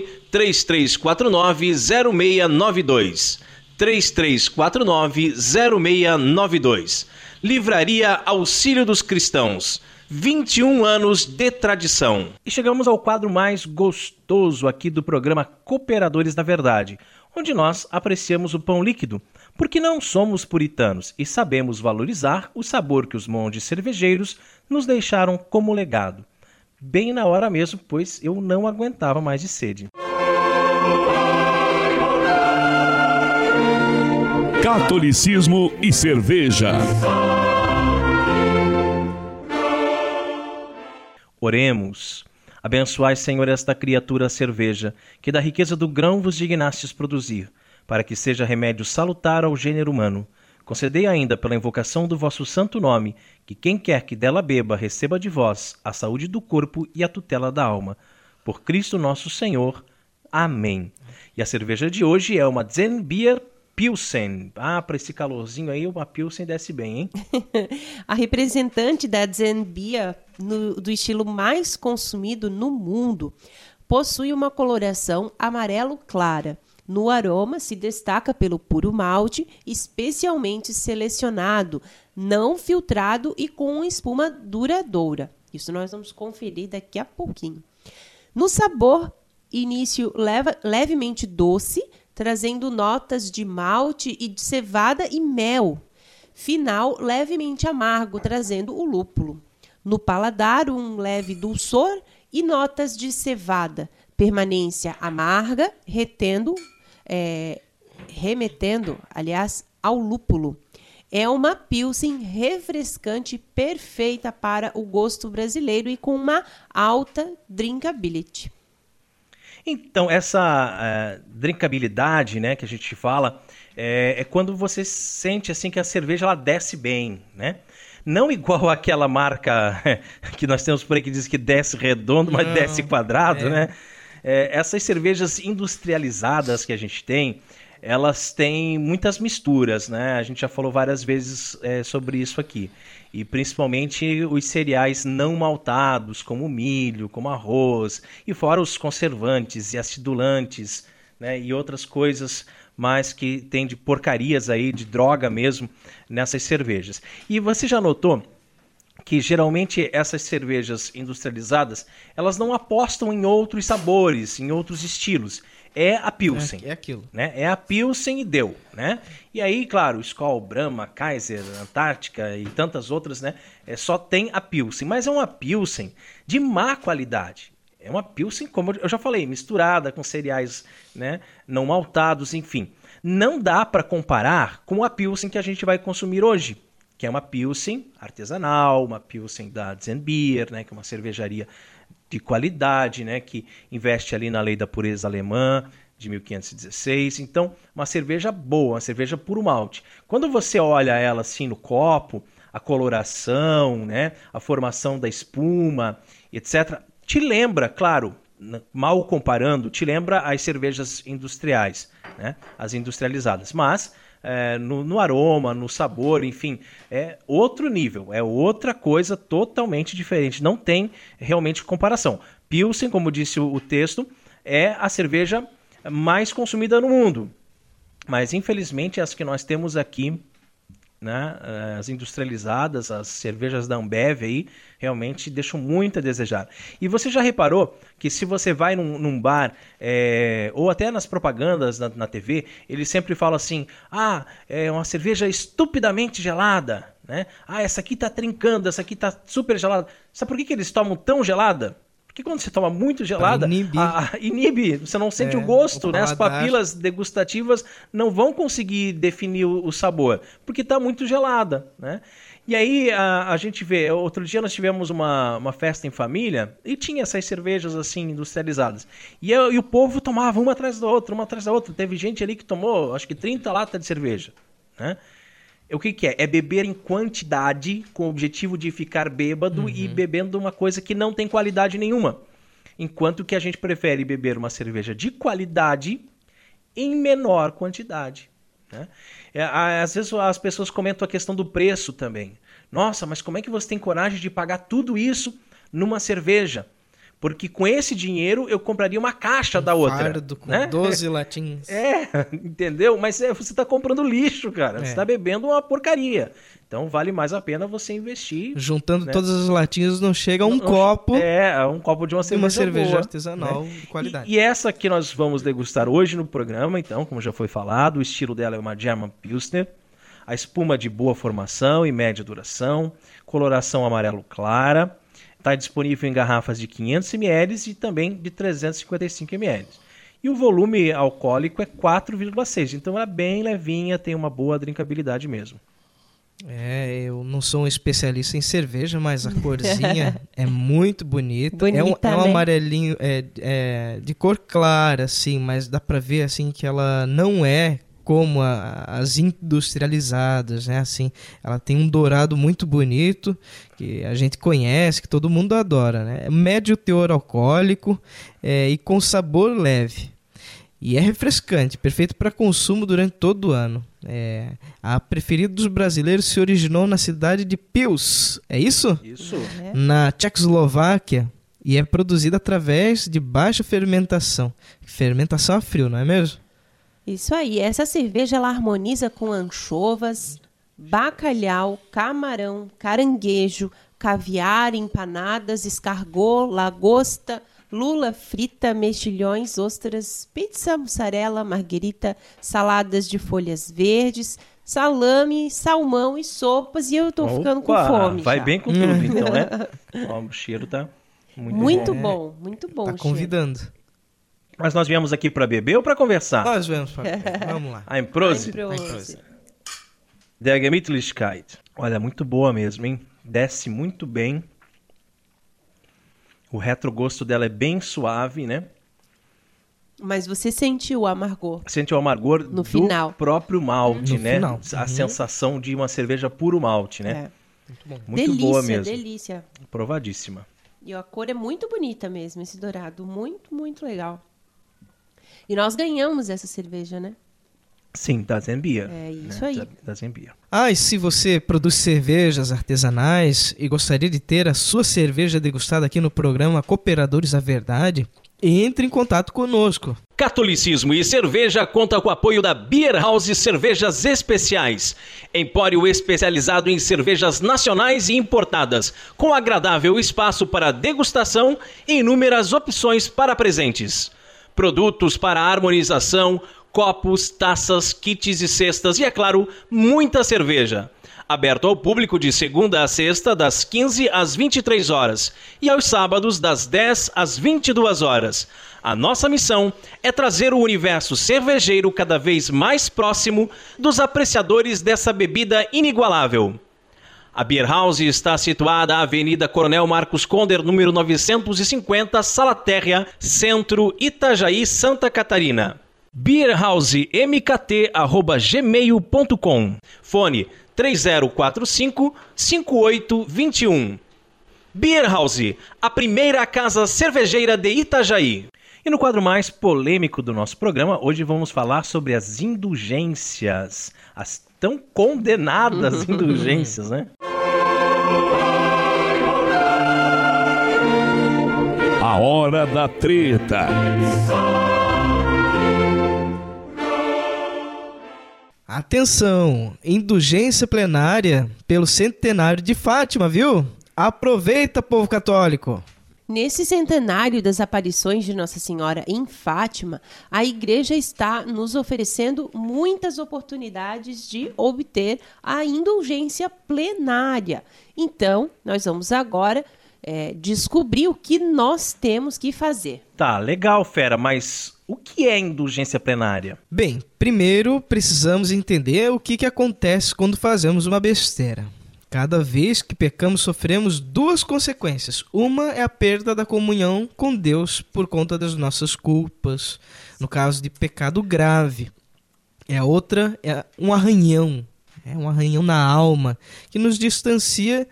Speaker 1: 3349-0692. 3349-0692. Livraria Auxílio dos Cristãos. 21 anos de tradição. E chegamos ao quadro mais gostoso aqui do programa Cooperadores da Verdade, onde nós apreciamos o pão líquido, porque não somos puritanos e sabemos valorizar o sabor que os monges cervejeiros nos deixaram como legado. Bem na hora mesmo, pois eu não aguentava mais de sede.
Speaker 2: Catolicismo e cerveja.
Speaker 1: Oremos. Abençoai, Senhor, esta criatura cerveja, que da riqueza do grão vos dignastes produzir, para que seja remédio salutar ao gênero humano. Concedei ainda, pela invocação do vosso santo nome, que quem quer que dela beba receba de vós a saúde do corpo e a tutela da alma. Por Cristo nosso Senhor. Amém. E a cerveja de hoje é uma Zen Pilsen. Ah, para esse calorzinho aí, uma Pilsen desce bem, hein?
Speaker 4: A representante da Zen Beer, do estilo mais consumido no mundo, possui uma coloração amarelo clara. No aroma, se destaca pelo puro malte, especialmente selecionado, não filtrado e com espuma duradoura. Isso nós vamos conferir daqui a pouquinho. No sabor, início levemente doce, trazendo notas de malte e de cevada e mel. Final levemente amargo, trazendo o lúpulo. No paladar, um leve dulçor e notas de cevada. Permanência amarga, remetendo, ao lúpulo. É uma Pilsen refrescante, perfeita para o gosto brasileiro e com uma alta drinkability.
Speaker 1: Então, essa drinkabilidade, né, que a gente fala, é quando você sente assim que a cerveja ela desce bem, né? Não igual aquela marca que nós temos por aí que diz que desce redondo, mas desce quadrado, né? Essas cervejas industrializadas que a gente tem, elas têm muitas misturas, né? A gente já falou várias vezes sobre isso aqui. E principalmente os cereais não maltados, como milho, como arroz, e fora os conservantes e acidulantes, né? E outras coisas mais que tem de porcarias aí, de droga mesmo, nessas cervejas. E você já notou que geralmente essas cervejas industrializadas, elas não apostam em outros sabores, em outros estilos. É a Pilsen.
Speaker 3: É aquilo.
Speaker 1: Né? É a Pilsen e deu. Né? E aí, claro, Skol, Brahma, Kaiser, Antártica e tantas outras, né? Só tem a Pilsen. Mas é uma Pilsen de má qualidade. É uma Pilsen, como eu já falei, misturada com cereais, né, não maltados, enfim. Não dá para comparar com a Pilsen que a gente vai consumir hoje, que é uma Pilsen artesanal, uma Pilsen da Zen Beer, né, que é uma cervejaria de qualidade, né, que investe ali na lei da pureza alemã de 1516. Então, uma cerveja boa, uma cerveja puro malte. Quando você olha ela assim no copo, a coloração, né, a formação da espuma, etc., te lembra, claro, mal comparando, te lembra as cervejas industriais, né, as industrializadas. Mas no aroma, no sabor, enfim, é outro nível, é outra coisa totalmente diferente. Não tem realmente comparação. Pilsen, como disse o texto, é a cerveja mais consumida no mundo. Mas, infelizmente, as que nós temos aqui, né, as industrializadas, as cervejas da Ambev aí, realmente deixam muito a desejar. E você já reparou que se você vai num bar, ou até nas propagandas na TV, eles sempre falam assim, é uma cerveja estupidamente gelada, né? Essa aqui tá trincando, essa aqui tá super gelada. Sabe por que eles tomam tão gelada? Porque quando você toma muito gelada, inibe, você não sente o gosto, né? As papilas degustativas não vão conseguir definir o sabor, porque está muito gelada, né? E aí a gente vê, outro dia nós tivemos uma festa em família e tinha essas cervejas assim industrializadas. E o povo tomava uma atrás da outra, uma atrás da outra. Teve gente ali que tomou, acho que 30 latas de cerveja, né? O que é? É beber em quantidade com o objetivo de ficar bêbado e bebendo uma coisa que não tem qualidade nenhuma. Enquanto que a gente prefere beber uma cerveja de qualidade em menor quantidade, né? Às vezes as pessoas comentam a questão do preço também. Nossa, mas como é que você tem coragem de pagar tudo isso numa cerveja? Porque com esse dinheiro eu compraria uma caixa da outra.
Speaker 3: Fardo com
Speaker 1: né?
Speaker 3: 12 latins.
Speaker 1: Entendeu? Mas você está comprando lixo, cara. Você está bebendo uma porcaria. Então vale mais a pena você investir.
Speaker 3: Juntando todas as latinhas não chega a um copo.
Speaker 1: Um copo de uma cerveja boa,
Speaker 3: artesanal, né? De qualidade.
Speaker 1: E essa que nós vamos degustar hoje no programa, então, como já foi falado, o estilo dela é uma German Pilsner. A espuma de boa formação e média duração, coloração amarelo clara. Está disponível em garrafas de 500 ml e também de 355 ml. E o volume alcoólico é 4,6. Então ela é bem levinha, tem uma boa drinkabilidade mesmo.
Speaker 3: Eu não sou um especialista em cerveja, mas a corzinha é muito bonita.
Speaker 4: Bonita,
Speaker 3: é um
Speaker 4: né?
Speaker 3: amarelinho de cor clara, assim, mas dá pra ver assim que ela não é como as industrializadas, né? Assim, ela tem um dourado muito bonito que a gente conhece, que todo mundo adora, né? É médio teor alcoólico e com sabor leve. E é refrescante, perfeito para consumo durante todo o ano. A preferida dos brasileiros se originou na cidade de Pils, é isso?
Speaker 1: Isso.
Speaker 3: Na Tchecoslováquia, e é produzida através de baixa fermentação. Fermentação a frio, não é mesmo?
Speaker 4: Isso aí. Essa cerveja ela harmoniza com anchovas, bacalhau, camarão, caranguejo, caviar, empanadas, escargot, lagosta, lula frita, mexilhões, ostras, pizza, mussarela, marguerita, saladas de folhas verdes, salame, salmão e sopas. E eu tô ficando com fome.
Speaker 1: Vai
Speaker 4: já.
Speaker 1: bem com tudo, então, né? O cheiro tá
Speaker 4: Muito bom. Muito bom.
Speaker 3: Tá
Speaker 4: cheiro.
Speaker 3: convidando.
Speaker 1: Mas nós viemos aqui para beber ou para conversar?
Speaker 3: Nós vamos, vamos lá.
Speaker 1: Ein Prosit.
Speaker 4: Ein Prosit.
Speaker 1: Der Gemütlichkeit. Olha, muito boa mesmo, hein? Desce muito bem. O retrogosto dela é bem suave, né?
Speaker 4: Mas você sentiu o amargor.
Speaker 1: Sente o amargor
Speaker 4: No
Speaker 1: do
Speaker 4: final.
Speaker 1: próprio malte,
Speaker 3: No
Speaker 1: né?
Speaker 3: final.
Speaker 1: A sensação de uma cerveja puro malte, né?
Speaker 4: É.
Speaker 1: Muito
Speaker 4: Delícia,
Speaker 1: boa mesmo.
Speaker 4: delícia.
Speaker 1: Provadíssima.
Speaker 4: E a cor é muito bonita mesmo, esse dourado. Muito, muito legal. E nós ganhamos essa cerveja, né?
Speaker 1: Sim, da Zenbia.
Speaker 4: É isso
Speaker 1: né?
Speaker 4: aí.
Speaker 1: Da Zenbia.
Speaker 3: E se você produz cervejas artesanais e gostaria de ter a sua cerveja degustada aqui no programa Cooperadores da Verdade, entre em contato conosco.
Speaker 1: Catolicismo e Cerveja conta com o apoio da Beer House Cervejas Especiais, empório especializado em cervejas nacionais e importadas, com agradável espaço para degustação e inúmeras opções para presentes. Produtos para harmonização, copos, taças, kits e cestas e, é claro, muita cerveja. Aberto ao público de segunda a sexta, das 15 às 23 horas e aos sábados, das 10 às 22 horas. A nossa missão é trazer o universo cervejeiro cada vez mais próximo dos apreciadores dessa bebida inigualável. A Beer House está situada à Avenida Coronel Marcos Conder, número 950, Sala Térrea, Centro, Itajaí, Santa Catarina. beerhousemkt@gmail.com. Fone 3045-5821. Beer House, a primeira casa cervejeira de Itajaí. E no quadro mais polêmico do nosso programa, hoje vamos falar sobre as indulgências. As tão condenadas indulgências, né?
Speaker 2: A hora da treta.
Speaker 3: Atenção, indulgência plenária pelo centenário de Fátima, viu? Aproveita, povo católico!
Speaker 4: Nesse centenário das aparições de Nossa Senhora em Fátima, a Igreja está nos oferecendo muitas oportunidades de obter a indulgência plenária. Então, nós vamos agora descobrir o que nós temos que fazer.
Speaker 1: Tá, legal, fera, mas o que é indulgência plenária?
Speaker 3: Bem, primeiro precisamos entender o que acontece quando fazemos uma besteira. Cada vez que pecamos, sofremos duas consequências. Uma é a perda da comunhão com Deus por conta das nossas culpas, no caso de pecado grave. A outra é um arranhão na alma, que nos distancia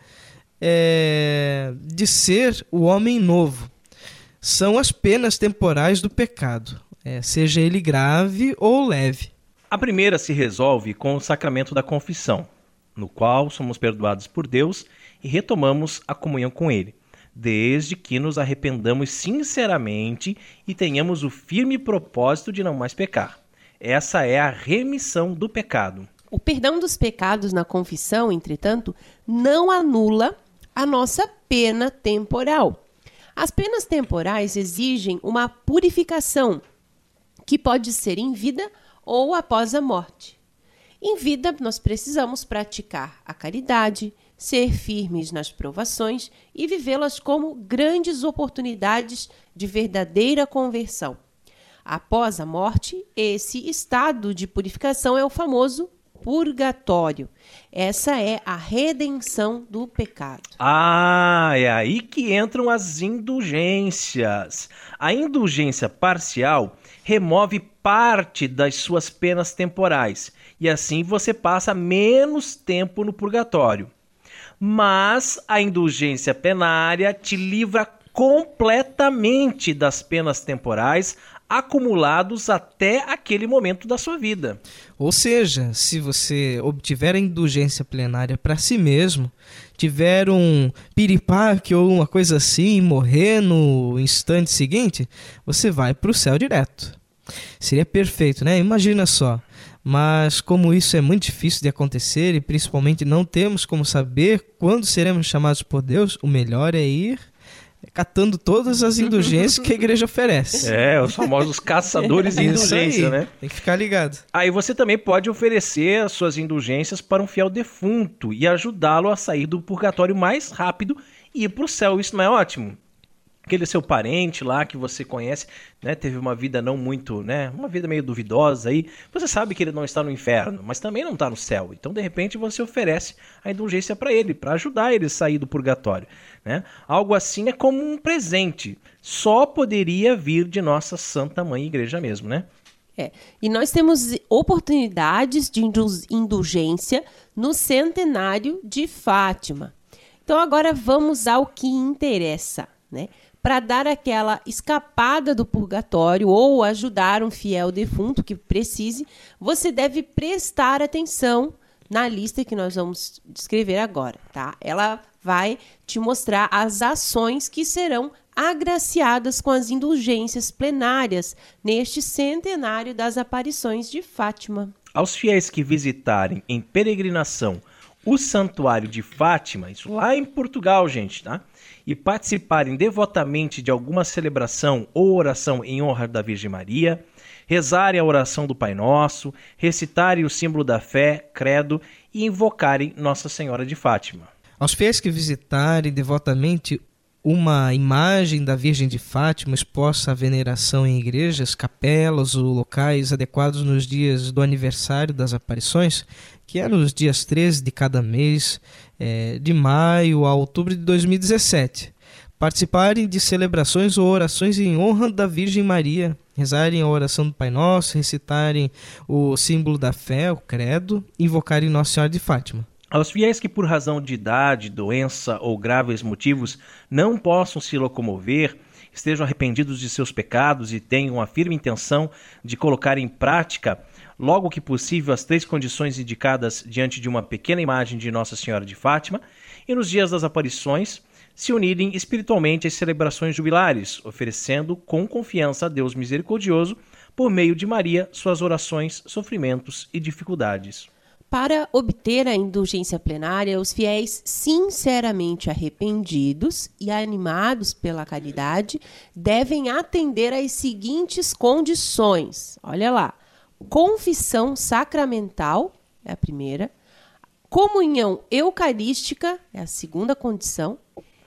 Speaker 3: de ser o homem novo. São as penas temporais do pecado, seja ele grave ou leve.
Speaker 1: A primeira se resolve com o sacramento da confissão, no qual somos perdoados por Deus e retomamos a comunhão com Ele. desde que nos arrependamos sinceramente e tenhamos o firme propósito de não mais pecar. Essa é a remissão do pecado.
Speaker 4: O perdão dos pecados na confissão, entretanto, não anula a nossa pena temporal. As penas temporais exigem uma purificação, que pode ser em vida ou após a morte. Em vida, nós precisamos praticar a caridade, ser firmes nas provações e vivê-las como grandes oportunidades de verdadeira conversão. Após a morte, esse estado de purificação é o famoso purgatório. Essa é a redenção do pecado.
Speaker 1: É aí que entram as indulgências. A indulgência parcial remove parte das suas penas temporais e assim você passa menos tempo no purgatório. Mas a indulgência plenária te livra completamente das penas temporais acumulados até aquele momento da sua vida.
Speaker 3: Ou seja, se você obtiver a indulgência plenária para si mesmo, tiver um piripaque ou uma coisa assim, morrer no instante seguinte, você vai para o céu direto. Seria perfeito, né? Imagina só. Mas como isso é muito difícil de acontecer e principalmente não temos como saber quando seremos chamados por Deus, o melhor é ir catando todas as indulgências que a igreja oferece.
Speaker 1: Os famosos caçadores de indulgência, né?
Speaker 3: Tem que ficar ligado.
Speaker 1: Aí você também pode oferecer as suas indulgências para um fiel defunto e ajudá-lo a sair do purgatório mais rápido e ir para o céu. Isso não é ótimo? Aquele seu parente lá que você conhece, né, teve uma vida não muito, né, uma vida meio duvidosa aí, você sabe que ele não está no inferno, mas também não está no céu. Então, de repente, você oferece a indulgência para ele, para ajudar ele a sair do purgatório, né? Algo assim é como um presente. Só poderia vir de nossa Santa Mãe Igreja mesmo, né?
Speaker 4: E nós temos oportunidades de indulgência no centenário de Fátima. Então, agora vamos ao que interessa, né? Para dar aquela escapada do purgatório ou ajudar um fiel defunto que precise, você deve prestar atenção na lista que nós vamos descrever agora, tá? Ela vai te mostrar as ações que serão agraciadas com as indulgências plenárias neste centenário das aparições de Fátima.
Speaker 1: Aos fiéis que visitarem em peregrinação o Santuário de Fátima, isso lá em Portugal, gente, tá? E participarem devotamente de alguma celebração ou oração em honra da Virgem Maria, rezarem a oração do Pai Nosso, recitarem o símbolo da fé, credo e invocarem Nossa Senhora de Fátima.
Speaker 3: Aos fiéis que visitarem devotamente uma imagem da Virgem de Fátima exposta à veneração em igrejas, capelas ou locais adequados nos dias do aniversário das aparições, que é nos dias 13 de cada mês, de maio a outubro de 2017. Participarem de celebrações ou orações em honra da Virgem Maria, rezarem a oração do Pai Nosso, recitarem o símbolo da fé, o credo, invocarem Nossa Senhora de Fátima.
Speaker 1: Aos fiéis que por razão de idade, doença ou graves motivos não possam se locomover, estejam arrependidos de seus pecados e tenham a firme intenção de colocar em prática, logo que possível, as 3 condições indicadas diante de uma pequena imagem de Nossa Senhora de Fátima, e nos dias das aparições, se unirem espiritualmente às celebrações jubilares, oferecendo com confiança a Deus misericordioso, por meio de Maria, suas orações, sofrimentos e dificuldades.
Speaker 4: Para obter a indulgência plenária, os fiéis sinceramente arrependidos e animados pela caridade devem atender às seguintes condições. Olha lá. Confissão sacramental é a primeira. Comunhão eucarística é a segunda condição.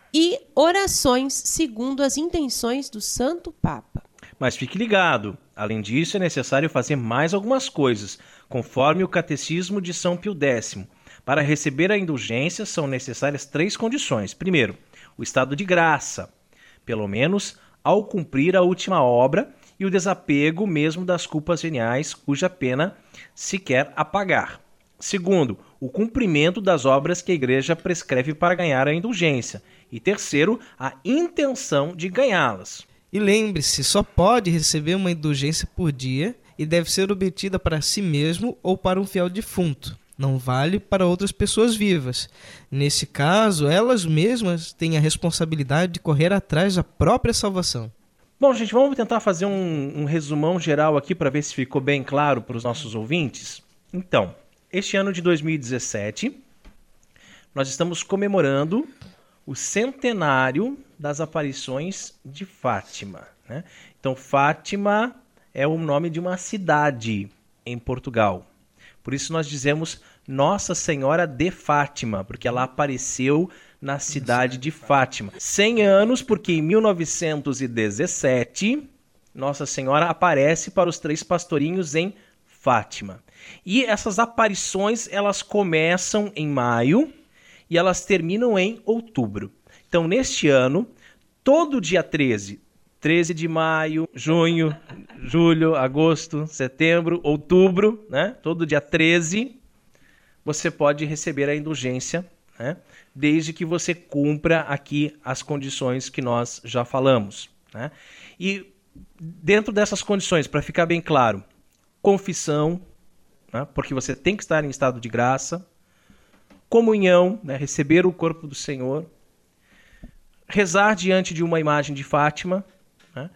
Speaker 4: E orações segundo as intenções do Santo Papa.
Speaker 1: Mas fique ligado. Além disso, é necessário fazer mais algumas coisas, conforme o Catecismo de São Pio X. Para receber a indulgência, são necessárias 3 condições. Primeiro, o estado de graça, pelo menos ao cumprir a última obra, e o desapego mesmo das culpas veniais, cuja pena se quer apagar. Segundo, o cumprimento das obras que a Igreja prescreve para ganhar a indulgência. E terceiro, a intenção de ganhá-las.
Speaker 3: E lembre-se, só pode receber uma indulgência por dia e deve ser obtida para si mesmo ou para um fiel defunto. não vale para outras pessoas vivas. Nesse caso, elas mesmas têm a responsabilidade de correr atrás da própria salvação.
Speaker 1: Bom, gente, vamos tentar fazer um resumão geral aqui para ver se ficou bem claro para os nossos ouvintes. Então, este ano de 2017, nós estamos comemorando o centenário das aparições de Fátima, né? Então, Fátima é o nome de uma cidade em Portugal. Por isso nós dizemos Nossa Senhora de Fátima, porque ela apareceu na cidade de Fátima. 100 anos, porque em 1917, Nossa Senhora aparece para os 3 pastorinhos em Fátima. E essas aparições, elas começam em maio e elas terminam em outubro. Então, neste ano, todo dia 13 de maio, junho, julho, agosto, setembro, outubro, né? Todo dia 13, você pode receber a indulgência, né? Desde que você cumpra aqui as condições que nós já falamos, né? E dentro dessas condições, para ficar bem claro, confissão, né? Porque você tem que estar em estado de graça, comunhão, né? Receber o corpo do Senhor, rezar diante de uma imagem de Fátima, né?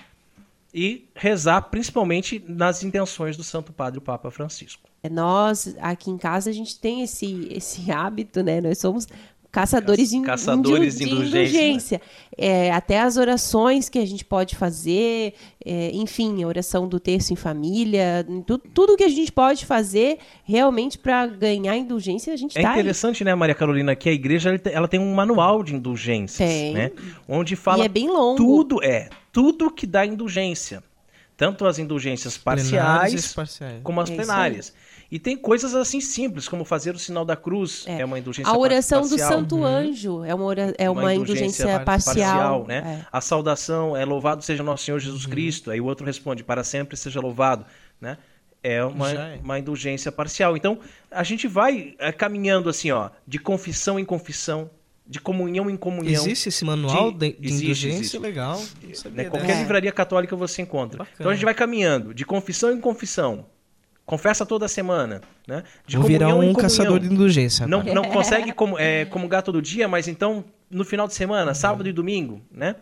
Speaker 1: E rezar principalmente nas intenções do Santo Padre, o Papa Francisco.
Speaker 4: Nós, aqui em casa, a gente tem esse hábito, né? Nós somos caçadores de indulgência. Até as orações que a gente pode fazer, enfim, a oração do terço em família, tudo que a gente pode fazer realmente para ganhar indulgência, a gente
Speaker 1: É interessante, né, Maria Carolina, que a igreja ela tem um manual de indulgências, né? Onde fala
Speaker 4: e é bem longo.
Speaker 1: Tudo que dá indulgência. Tanto as indulgências parciais como as plenárias. E tem coisas assim simples, como fazer o sinal da cruz, é uma indulgência parcial.
Speaker 4: A oração do Santo Anjo é uma indulgência parcial,
Speaker 1: né? A saudação é louvado seja nosso Senhor Jesus Cristo. Aí o outro responde, para sempre seja louvado, né? É uma indulgência parcial. Então, a gente vai caminhando assim, ó, de confissão em confissão, de comunhão em comunhão.
Speaker 3: Existe esse manual de indulgência? Legal.
Speaker 1: Né? Qualquer livraria católica você encontra. Bacana. Então a gente vai caminhando, de confissão em confissão. Confessa toda semana, né? De
Speaker 3: Vou virar um caçador de indulgência.
Speaker 1: Não consegue comungar todo dia, mas então no final de semana, sábado e domingo, né?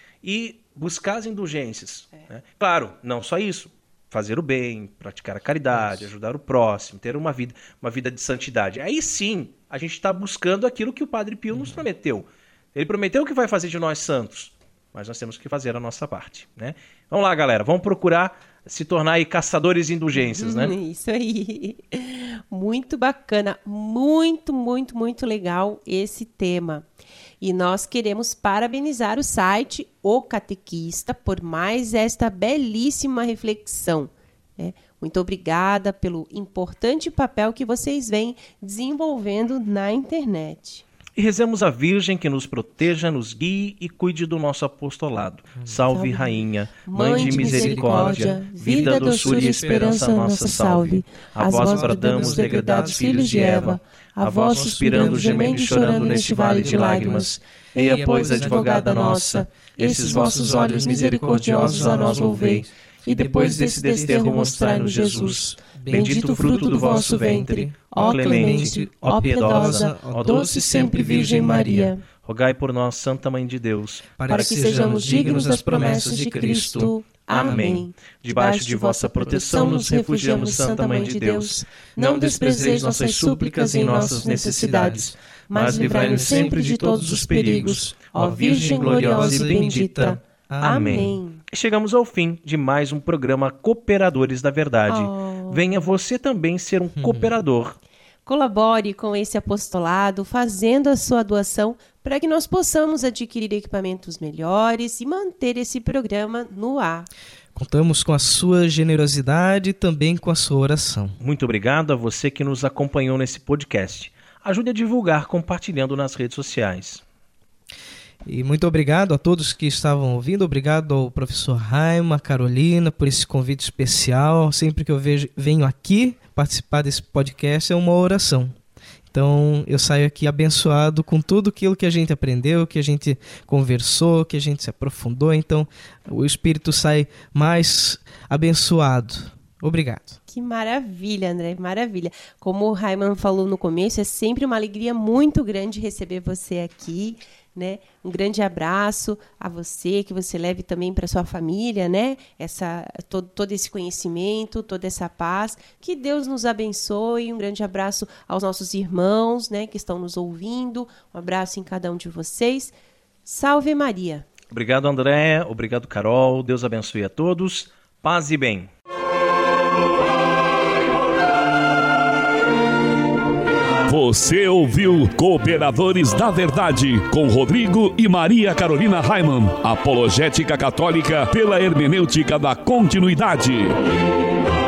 Speaker 1: E buscar as indulgências. Né? Claro, não só isso. Fazer o bem, praticar a caridade, ajudar o próximo, ter uma vida de santidade. Aí sim, a gente está buscando aquilo que o Padre Pio nos prometeu. Ele prometeu que vai fazer de nós santos, mas nós temos que fazer a nossa parte, né? Vamos lá, galera, vamos procurar se tornar aí caçadores de indulgências, né?
Speaker 4: Isso aí. Muito bacana, muito, muito, muito legal esse tema. E nós queremos parabenizar o site O Catequista por mais esta belíssima reflexão. Né? Muito obrigada pelo importante papel que vocês vêm desenvolvendo na internet.
Speaker 1: E rezemos a Virgem que nos proteja, nos guie e cuide do nosso apostolado. Salve, Rainha, Mãe de misericórdia, vida, doçura e esperança nossa, salve. A vós bradamos, degredados filhos de Eva, a vós suspirando, gemendo e chorando neste vale de lágrimas. Eia, pois, advogada nossa, esses vossos olhos misericordiosos a nós volvei, e depois desse desterro mostrai-nos Jesus. Bendito o fruto do vosso ventre, ó clemente, ó piedosa, ó doce sempre Virgem Maria. Rogai por nós, Santa Mãe de Deus,
Speaker 4: para que sejamos dignos das promessas de Cristo. Amém.
Speaker 1: Debaixo de vossa proteção nos refugiamos, Santa Mãe de Deus. Não desprezeis nossas súplicas em nossas necessidades, mas livrai-nos sempre de todos os perigos. Ó Virgem gloriosa e bendita. Amém. Chegamos ao fim de mais um programa Cooperadores da Verdade. Venha você também ser um cooperador.
Speaker 4: Colabore com esse apostolado, fazendo a sua doação para que nós possamos adquirir equipamentos melhores e manter esse programa no ar.
Speaker 3: Contamos com a sua generosidade e também com a sua oração.
Speaker 1: Muito obrigado a você que nos acompanhou nesse podcast. Ajude a divulgar compartilhando nas redes sociais.
Speaker 3: E muito obrigado a todos que estavam ouvindo. Obrigado ao professor Raimo, a Carolina, por esse convite especial. Sempre que eu venho aqui participar desse podcast é uma oração. Então eu saio aqui abençoado com tudo aquilo que a gente aprendeu, que a gente conversou, que a gente se aprofundou. Então o Espírito sai mais abençoado. Obrigado.
Speaker 4: Que maravilha, André, maravilha. Como o Raiman falou no começo, é sempre uma alegria muito grande receber você aqui, né? Um grande abraço a você, que você leve também para sua família, né? Todo esse conhecimento, toda essa paz. Que Deus nos abençoe. Um grande abraço aos nossos irmãos, né, que estão nos ouvindo. Um abraço em cada um de vocês. Salve Maria.
Speaker 1: Obrigado, André. Obrigado, Carol. Deus abençoe a todos. Paz e bem.
Speaker 2: Você ouviu Cooperadores da Verdade, com Rodrigo e Maria Carolina Raimann, apologética católica pela hermenêutica da continuidade.